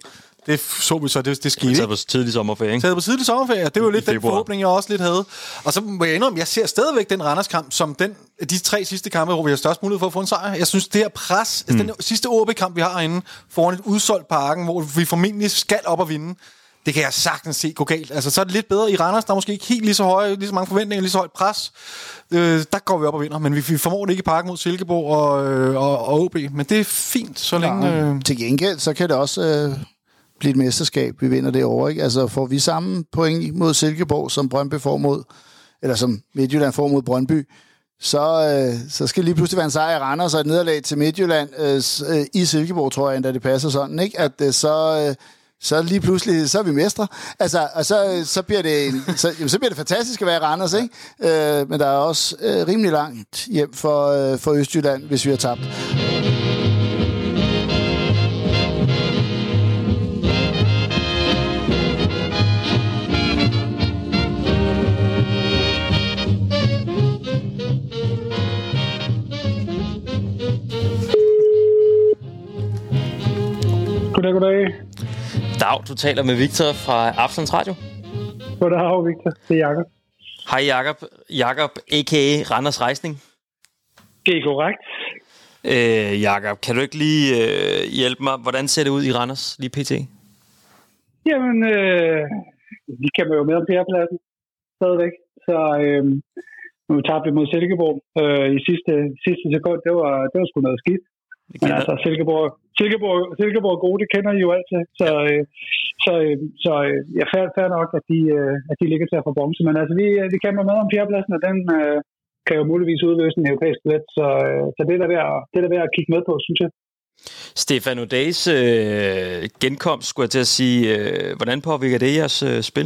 det så vi så, det, det skete ikke. Det er på tidlig sommerferie, ikke? Det er på tidlig sommerferie, det var jo lidt den februar. forhåbning, jeg også lidt havde. Og så må jeg indrømme, jeg ser stadigvæk den Randers-kamp som den, de tre sidste kampe, hvor vi har størst mulighed for at få en sejr. Jeg synes, det her pres, mm. altså den sidste O B-kamp, vi har herinde, foran et udsolgt Parken, hvor vi formentlig skal op og vinde, det kan jeg sagtens se gå galt. Altså, så er det lidt bedre i Randers, der er måske ikke helt lige så høje, lige så mange forventninger, lige så højt pres. Øh, der går vi op og vinder, men vi, vi formår det ikke i Parken mod Silkeborg og, øh, og, og O B. Men det er fint, så længe... Ja, øh... til gengæld, så kan det også øh, blive et mesterskab, vi vinder det over, ikke? Altså, får vi samme point mod Silkeborg, som Brøndby får mod, eller som Midtjylland får mod Brøndby, så, øh, så skal lige pludselig være en sejr i Randers og et nederlag til Midtjylland øh, i Silkeborg, tror jeg endda det passer sådan, ikke? At øh, så... Øh, så lige pludselig, så er vi mestre. Altså, og så, så, bliver det en, så, jamen, så bliver det fantastisk at være i Randers, ikke? Øh, men der er også øh, rimelig langt hjem for, øh, for Østjylland, hvis vi har tabt. Goddag, goddag. Dag, du taler med Victor fra Aftenens Radio. Goddag, Victor. Det er Jakob. Hej Jakob. Jakob, a k a. Randers Rejsning. Det er korrekt. Øh, Jakob, kan du ikke lige øh, hjælpe mig? Hvordan ser det ud i Randers lige pt? Jamen, øh, vi kæmper jo med om fjerdepladsen stadigvæk. Så øh, nu tabte vi mod Silkeborg øh, i sidste, sidste sekund. Det var, det var sgu noget skidt. Men altså, Silkeborg, Silkeborg, Silkeborg er gode, det kender I jo altid. Så, øh, så, øh, så øh, jeg er fair nok, at de, øh, at de ligger til at få bremse. Men altså, vi, vi kæmper med om fjerdepladsen, og den øh, kan jo muligvis udløse en europæisk billet. Så, øh, så det er der ved at, det er der ved at kigge med på, synes jeg. Stefan O'Days øh, genkomst, skulle jeg til at sige. Øh, hvordan påvirker det jeres øh, spil?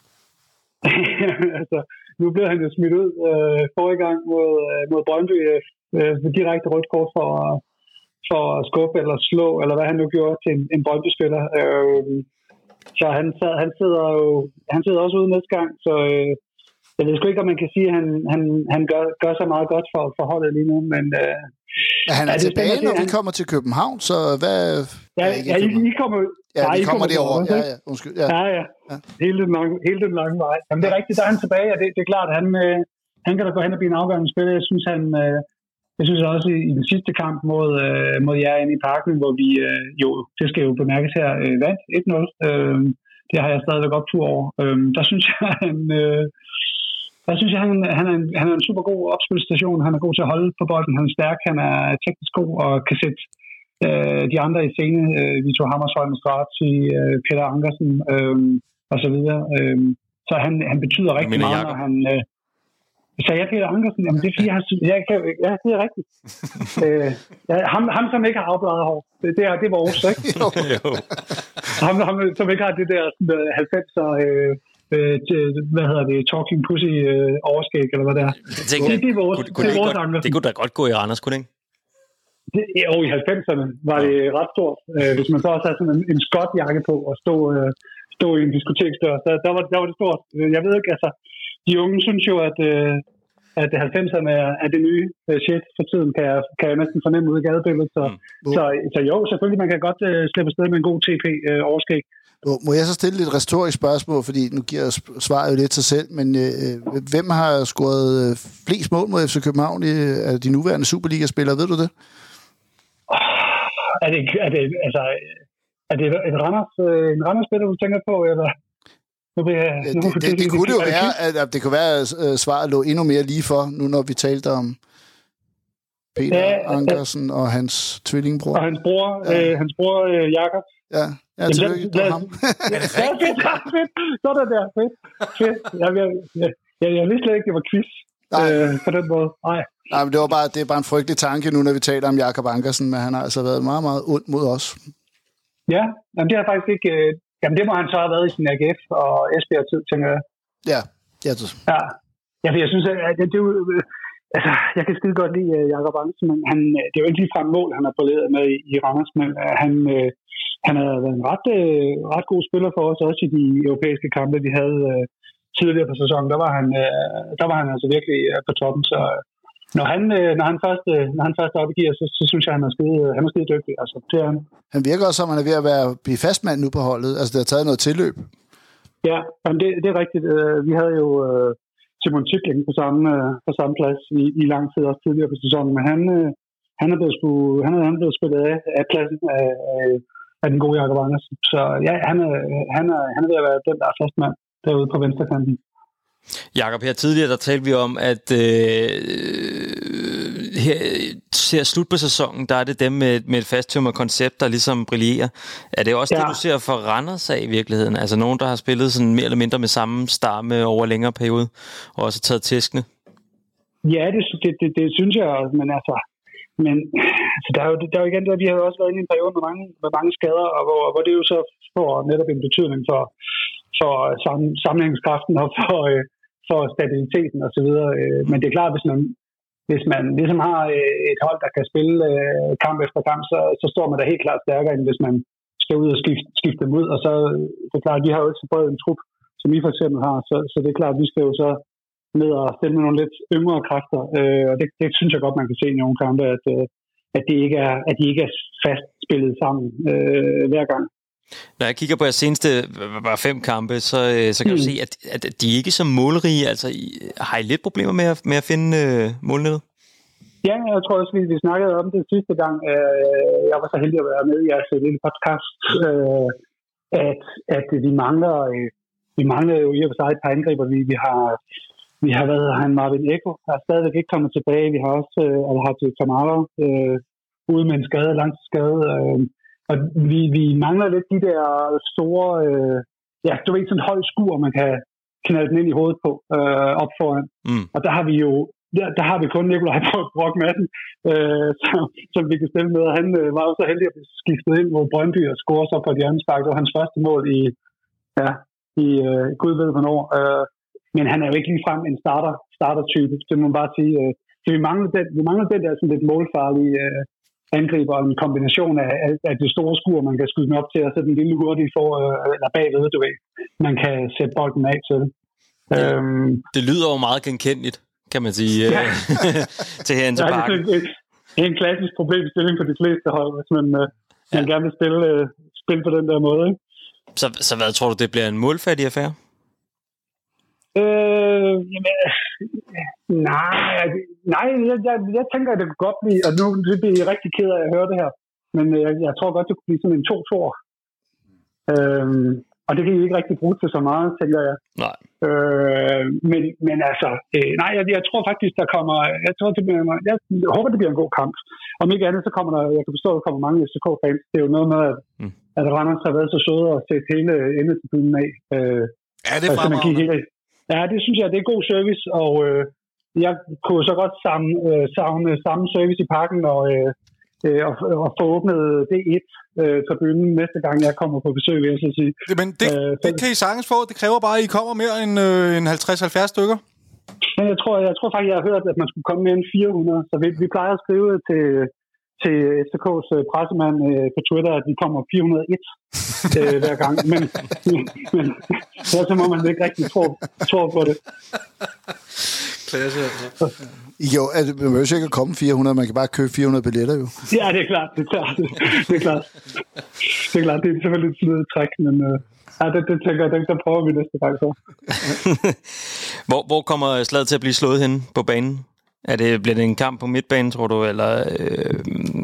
altså, nu blev han jo smidt ud øh, forrige gang mod, øh, mod Brøndby øh, direkte rødt kort for for at skubbe eller slå, eller hvad han nu gjorde til en, en Brøndby-spiller. Øh, så han, han sidder jo han sidder også ude næste gang, så øh, jeg ved sgu ikke, om man kan sige, at han, han, han gør, gør så meget godt for, for holdet lige nu, men... Øh, ja, han er, er tilbage, når vi han... kommer til København, så hvad... Ja, ja I, I kommer... Ja, nej, vi I kommer kommer derover. derover. Ja, ja, undskyld. Ja, ja. ja. ja. Hele, den lange, hele den lange vej. Jamen, det er rigtigt, der er han tilbage, og det, det er klart, at han, øh, han kan da gå hen og blive en afgørende spiller. Jeg synes, han... Øh, Jeg synes også, i, i den sidste kamp mod, øh, mod jer inde i Parken, hvor vi øh, jo, det skal jo bemærkes her, øh, vandt et nul. Øh, det har jeg stadigvæk op tur over. Øh, der synes jeg, han, øh, der synes jeg, han, han, er en, han er en super god opspilstation. Han er god til at holde på bolden. Han er stærk, han er teknisk god og kan sætte øh, de andre i scene. Øh, Vito Hammersholm, Strati, øh, Peter Ankersen øh, og så videre. Øh, så han, han betyder rigtig meget, når han... Øh, Så jeg Peter Ankersen, jamen det er fordi, jeg, jeg, jeg, ja, det er rigtigt. øh, ja, ham, ham, som ikke har afbladet hår, det, det, er, det er vores, ikke? ham, ham, som ikke har det der sådan, halvfemser, øh, øh, hvad hedder det, talking pussy øh, overskæg, eller hvad det er. Det, tænker, det, det er vores, kunne, kunne det er vores godt, Ankersen. Det kunne da godt gå i Randers, kunne det ikke? Det, jo, i halvfemserne var det ret stort. Øh, hvis man så også havde sådan en, en skotjakke på og stå, øh, stå i en diskoteksdør, der, der, var, der var det stort. Jeg ved ikke, altså, de unge synes jo, at... Øh, at halvfemserne er, er det nye uh, shit for tiden, kan jeg, kan jeg næsten fornemme ud i gadebilledet. Så, mm. så, så jo, selvfølgelig, man kan godt uh, slippe afsted med en god T P-overskæg. Uh, Må jeg så stille et retorisk spørgsmål, fordi nu giver svaret jo lidt sig selv, men uh, hvem har scoret uh, flest mål mod F C København i, af de nuværende Superliga-spillere? Ved du det? Oh, er det, er det, altså, er det et Randers, uh, en Randers-spiller, du tænker på, eller... Nu jeg, nu, det, det, det, det kunne det jo være, at, at det kunne være, at uh, svaret lå endnu mere lige for, nu når vi talte om Peter ja, Ankersen og hans tvillingbror. Og hans bror, ja. øh, hans bror øh, Jakob. Ja, ja tillykke på ham. Ja, fedt, fedt. Sådan der, fedt. fedt. Jeg, jeg, jeg, jeg, jeg vidste slet ikke, det var quiz øh, på den måde. Nej. Nej, men det, var bare, det er bare en frygtelig tanke nu, når vi taler om Jakob Ankersen, men han har altså været meget, meget ond mod os. Ja, men det har faktisk ikke... Øh, Jamen, det må han så have været i sin A G F og Esbjerg-tid, tænker jeg. Ja, jeg tror. Ja, ja, for jeg synes, at det, det er jo... Altså, jeg kan skide godt lide Jakob Ankersen, men han, det er jo ikke ligefrem mål, han har brilleret med i, i Randers, men han, han har været en ret, ret god spiller for os, også i de europæiske kampe, vi havde tidligere på sæsonen. Der var han, der var han altså virkelig på toppen, så når han, når han først, når han først er oppe i gear, så, så synes jeg, han er skide, han er skide dygtig. Altså, det er han. Han virker også, som han er ved at være, blive fastmand nu på holdet. Altså, det har taget noget tilløb. Ja, jamen det, det er rigtigt. Vi havde jo uh, Simon Tykling på samme, uh, på samme plads i, i lang tid, også tidligere på sæsonen, men han, uh, han er blevet, sku, han er, han er blevet spillet af, af pladsen af, af, af den gode Jakob Andersen. Så ja, han er, han, er, han er ved at være den, der er fastmand derude på venstrekanten. Jakob, her tidligere, der talte vi om, at øh, her ser slut på sæsonen, der er det dem med, med et fasttømret koncept, der ligesom brillerer. Er det også ja. det, du ser for Randers af i virkeligheden? Altså nogen, der har spillet sådan mere eller mindre med samme stamme over længere periode, og også taget tæskene? Ja, det, det, det, det synes jeg også, men altså, men, altså der, er jo, der er jo igen der, vi har jo også været inde i en periode med mange, med mange skader, og hvor, hvor det jo så får netop en betydning for, for sam, sammenhængskraften og for, øh, for stabiliteten og så videre. Men det er klart, hvis man, hvis man ligesom har et hold, der kan spille øh, kamp efter kamp, så, så står man da helt klart stærkere, end hvis man skal ud og skifte, skifte dem ud. Og så det er klart, vi har jo ikke så bred en trup, som I for eksempel har, så, så det er klart, vi skal jo så ned og stemme med nogle lidt yngre kræfter. Øh, og det, det synes jeg godt, man kan se i nogle kampe, at, at, de, ikke er, at de ikke er fast spillet sammen øh, hver gang. Når jeg kigger på jeres seneste bare fem kampe, så, så kan mm. du se, at, at de ikke er så målrige. Altså, har I lidt problemer med at, med at finde øh, målnettet? Ja, jeg tror også, vi, vi snakkede om det sidste gang. Øh, jeg var så heldig at være med i jeres lille podcast, øh, at, at vi mangler, øh, vi mangler jo i og for sig et par angriber. Vi, vi har, vi har været han Marvin Eko, der er stadigvæk ikke kommet tilbage. Vi har også øh, haft Kamara øh, ude med en skade, langtidsskade. Øh, Og vi, vi mangler lidt de der store, øh, ja, du ved, sådan en høj skur, man kan knalde den ind i hovedet på, øh, op foran. Mm. Og der har vi jo, der, der har vi kun Nikolaj Brock Madsen, øh, som, som vi kan spille med. Og han øh, var jo så heldig at blive skiftet ind mod Brøndby og score så på et hjørnespark. Det var hans første mål i, ja, i øh, gud ved hvornår. Øh, men han er jo ikke ligefrem en starter, starter-type, det må man bare sige. Øh, så vi mangler den, vi mangler den der sådan lidt målfarlige øh, angriber, en kombination af, af det store skur, man kan skyde den op til, og så den lille hurtige for, eller bagved, du ved, man kan sætte bolden af til. Ja, øhm, det lyder jo meget genkendeligt, kan man sige, ja. til herinde til parken. Det er en, en klassisk problemstilling for de fleste hold, hvis man, øh, ja. man gerne vil spille, øh, spille på den der måde. Ikke? Så, så hvad tror du, det bliver en målfattig affære? Øh, jamen, nej, nej jeg, jeg, jeg tænker, at det kunne godt blive, og nu det bliver jeg rigtig ked af at høre det her, men jeg, jeg tror godt, det kunne blive sådan en to-to. Øhm, og det kan I ikke rigtig bruge til så meget, tænker jeg. Nej. Øh, men, men altså, øh, nej, jeg, jeg tror faktisk, der kommer, jeg tror, det bliver, jeg, jeg håber, det bliver en god kamp. Om ikke andet, så kommer der, jeg kan forstå, at der kommer mange F C K-fans. Det er jo noget med, at, mm. at Randers har været så søde og set hele endetilbyen af. Øh, ja, det er fremragende. Ja, det synes jeg, det er god service, og øh, jeg kunne så godt savne, øh, savne samme service i parken, og, øh, og, og få åbnet D et øh, tribunen næste gang, jeg kommer på besøg, vil jeg så sige. Men det, øh, det kan I sagtens få, det kræver bare, at I kommer mere end, øh, end halvtreds til halvfjerds stykker? Ja, jeg tror, jeg tror faktisk, jeg har hørt, at man skulle komme mere end fire hundrede, så vi, vi plejer at skrive til... til F C K's pressemand øh, på Twitter, at vi kommer fire hundrede og en øh, hver gang. Men, men ja, så må man ikke rigtig tro, tro på det. Klasse, altså. Jo, altså, man må jo ikke komme fire hundrede, man kan bare købe fire hundrede billetter jo. Ja, det er klart, det er klart. Det er klart. Det er klart, det er selvfølgelig et slidt træk, men øh, ja, det, det tænker jeg, der prøver vi næste gang så. hvor, hvor kommer slaget til at blive slået henne på banen? Er det, bliver det en kamp på midtbanen, tror du, eller... Øh...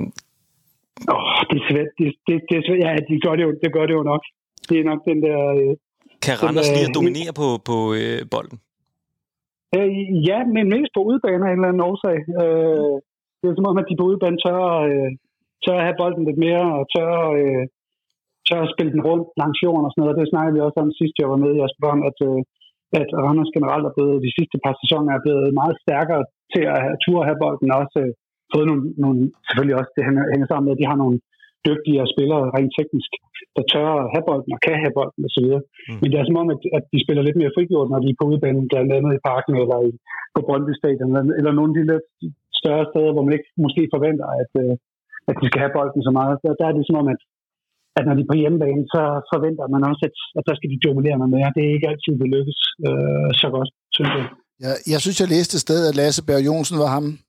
Oh, det er svært. Det, det, det er svært. Ja, de gør det, jo, det gør det jo nok. Det er nok den der... Øh, kan Randers lige at dominere på, på øh, bolden? Øh, ja, men mest på udebane af en eller anden årsag. Øh, det er som om, at de på udebane tør, øh, tør at have bolden lidt mere, og tør, øh, tør at spille den rundt langs jorden og sådan noget. Det snakkede vi også om sidst, jeg var med i jeres program, at, øh, at Randers generelt er blevet, de sidste par sæsoner er blevet meget stærkere til at have, turde have bolden, og også øh, fået nogle, nogle, selvfølgelig også, det hænger, hænger sammen med, at de har nogle dygtigere spillere rent teknisk, der tør at have bolden og kan have bolden osv. Mm. Men det er som om, at, at de spiller lidt mere frigjort, når de er på udebanen, blandt andet i parken eller i, på Brøndby Stadion, eller, eller nogle af de lidt større steder, hvor man ikke måske forventer, at, øh, at de skal have bolden så meget. Der, der er det som om, at, at når de er på hjemmebane, så forventer man også, at, at der skal de dominere noget mere. Det er ikke altid, det lykkes øh, så godt, synes jeg. Ja, jeg synes, jeg læste et sted, at Lasse Berg Jonsen var ham,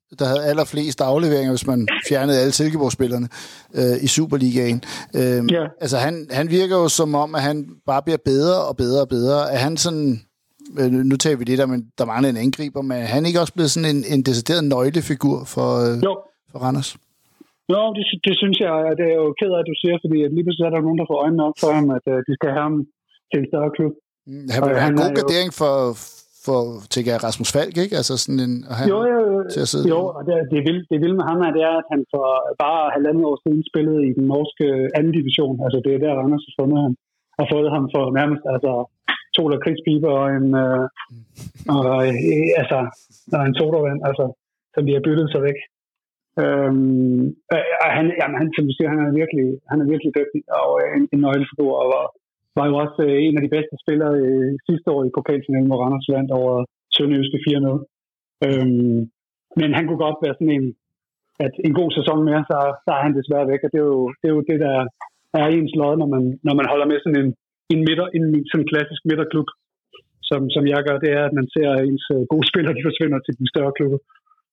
der havde allerflest afleveringer, hvis man fjernede alle Silkeborg-spillerne øh, i Superligaen. Øh, ja. Altså, han, han virker jo som om, at han bare bliver bedre og bedre og bedre. Er han sådan... Øh, nu tager vi det der, men der mangler en angriber, men er han ikke også blevet sådan en, en decideret nøglefigur for, øh, for Randers? Jo, det, det synes jeg, og det er jo ked af, at du siger, fordi at lige pludselig er der nogen, der får øjnene op for ham, at øh, de skal have ham til en større klub. Mm, han vil have en god gradering for, for tænker jeg, Rasmus Falk, ikke? Altså sådan en, at have jo, jo, jo, til at sidde jo, og det, det, vil, det vil med ham er, det er, at han for bare halvandet år siden spillede i den norske anden division. Altså det er der, Randers har fundet ham. Og fået ham for nærmest altså, to lakridspiber og en, øh, og, øh, altså, og en sodavand, altså, som de har byttet sig væk. Øhm, øh, han, jamen, han, som du siger, han er virkelig, han er virkelig dygtig og en, en nøglefigur, og var, var jo også øh, en af de bedste spillere øh, sidste år i pokalfinalen, hvor Randers vandt over Sønderjyske fire nul. Øhm, men han kunne godt være sådan en, at en god sæson mere, så, så er han desværre væk, og det er jo det, er jo det der er ens lod, når man, når man holder med sådan en, en, midter, en sådan klassisk midterklub, som, som jeg gør, det er, at man ser ens gode spillere, de forsvinder til de større klubber.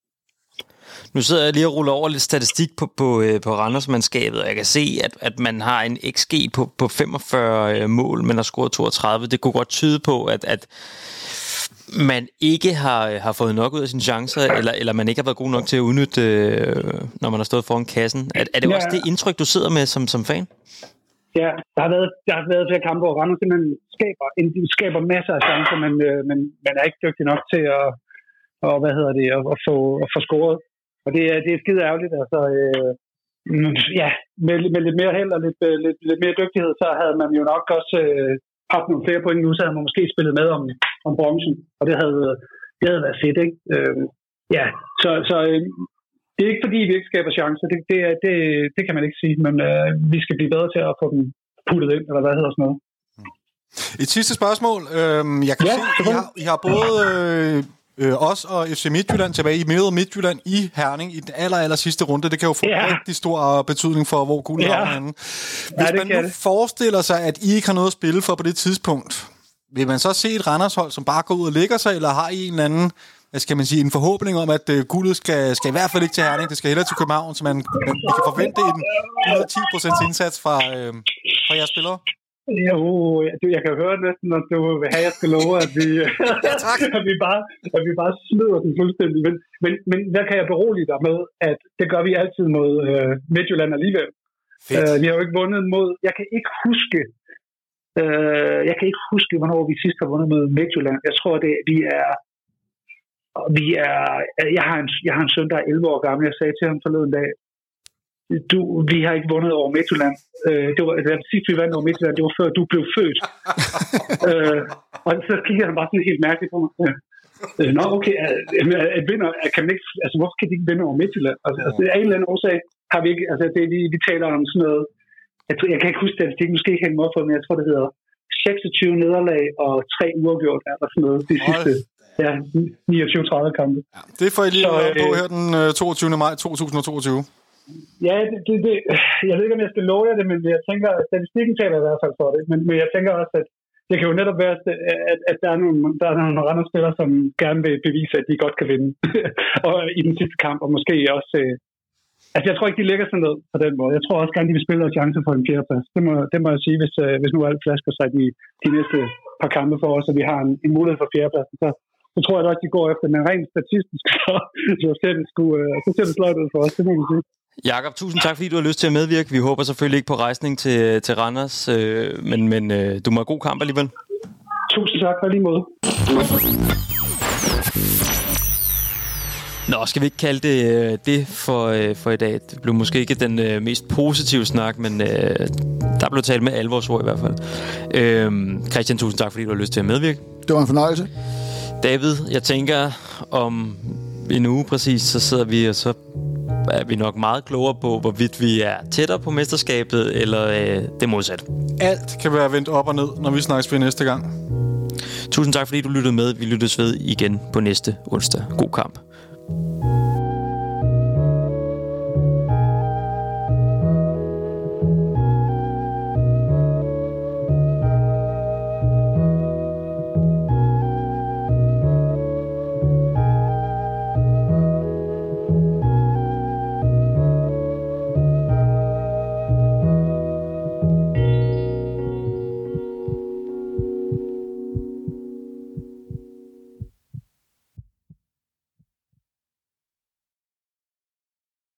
Nu sidder jeg lige og ruller over lidt statistik på, på, på Randers-mandskabet, og jeg kan se, at, at man har en X G på, på femogfyrre mål, men har scoret toogtredive. Det kunne godt tyde på, at, at man ikke har, har fået nok ud af sine chancer, eller, eller man ikke har været god nok til at udnytte, øh, når man har stået foran kassen. Er, er det ja. også det indtryk, du sidder med som, som fan? Ja, der har været, der har været flere kampe, hvor Randers simpelthen skaber, skaber masser af chancer, men, øh, men man er ikke dygtig nok til at, og, hvad hedder det, at, at, få, at få scoret. Og det er, det er skide ærgerligt. Altså, øh, ja, med, med lidt mere held og lidt, lidt, lidt mere dygtighed, så havde man jo nok også øh, haft nogle flere point nu, så havde man måske spillet med om, om bronzen. Og det havde, det havde været fedt, ikke? Øh, ja, så, så øh, det er ikke fordi, vi ikke skaber chancer. Det, det, det, det kan man ikke sige, men øh, vi skal blive bedre til at få dem puttet ind, eller hvad hedder sådan noget. Et sidste spørgsmål. Øhm, jeg kan ja, se, I har, I har både... Øh, Øh, os og F C Midtjylland tilbage i Midt- Midtjylland i Herning i den aller, aller sidste runde. Det kan jo få ja. rigtig stor betydning for, hvor Guld ja. er henne. Hvis ja, man nu det. forestiller sig, at I ikke har noget at spille for på det tidspunkt, vil man så se et Randershold, som bare går ud og lægger sig, eller har I en eller anden, hvad skal man sige, en forhåbning om, at uh, guldet skal, skal i hvert fald ikke til Herning, det skal hellere til København, så man, man kan forvente en hundrede og ti procent indsats fra, øh, fra jeres spillere? Jo, jeg kan høre næsten, når du vil have, jeg skal love, at vi, ja, at vi bare, at vi bare smider den fuldstændig. Men, men, men der kan jeg berolige dig med, at det gør vi altid mod øh, Midtjylland alligevel. Uh, vi har jo ikke vundet mod... Jeg kan ikke huske, uh, jeg kan ikke huske, hvornår vi sidst har vundet mod Midtjylland. Jeg tror, det vi er... Vi er jeg, har en, jeg har en søn, der er elleve år gammel. Jeg sagde til ham forleden dag, Du, vi har ikke vundet over Midtjylland. Øh, det var det sidste, vi vandt over Midtjylland, det var før du blev født. øh, og så kigger han bare sådan helt mærkeligt på mig. Øh, Nå, okay, at, at vinder, kan man ikke, altså hvorfor kan de ikke vinde over Midtjylland? Altså, altså af en eller anden årsag har vi ikke, altså det, vi, vi taler om sådan noget, jeg, tror, jeg kan ikke huske statistikken, måske ikke hænge mig op for, men jeg tror, det hedder seksogtyve nederlag og tre uafgjort, eller sådan noget, de sidste. Ja, niogtyve tredive kampe. Ja, det får I lige så, på her den toogtyvende maj to tusind og toogtyve. Ja, det, det, det, jeg ved ikke, om jeg skal love jer det, men jeg tænker, at statistikken taler i hvert fald for det. Men, men jeg tænker også, at det kan jo netop være, at, at, at der er nogle, der er nogle andre spillere, som gerne vil bevise, at de godt kan vinde og i den sidste kamp, og måske også... Øh, altså, jeg tror ikke, de lægger sådan noget på den måde. Jeg tror også gerne, de vil spille og chance for en fjerdeplads. Det må, det må jeg sige, hvis, øh, hvis nu alt flasker sig de, de næste par kampe for os, og vi har en, en mulighed for fjerdepladsen, så, så tror jeg da også, de går efter den rent statistisk, så, så ser det sgu, øh, så ser det sløjt ud for os, det må man sige. Jakob, tusind tak, fordi du har lyst til at medvirke. Vi håber selvfølgelig ikke på rejsning til, til Randers, øh, men, men øh, du må have god kamp alligevel. Tusind tak for lige måde. Nå, skal vi ikke kalde det det for, for i dag? Det blev måske ikke den øh, mest positive snak, men øh, der blev talt med alvorsord i hvert fald. Øh, Christian, tusind tak, fordi du har lyst til at medvirke. Det var en fornøjelse. David, jeg tænker om en uge præcis, så sidder vi og så er vi nok meget klogere på, hvorvidt vi er tættere på mesterskabet, eller øh, det modsatte. Alt kan være vendt op og ned, når vi snakkes ved næste gang. Tusind tak, fordi du lyttede med. Vi lyttes ved igen på næste onsdag. God kamp.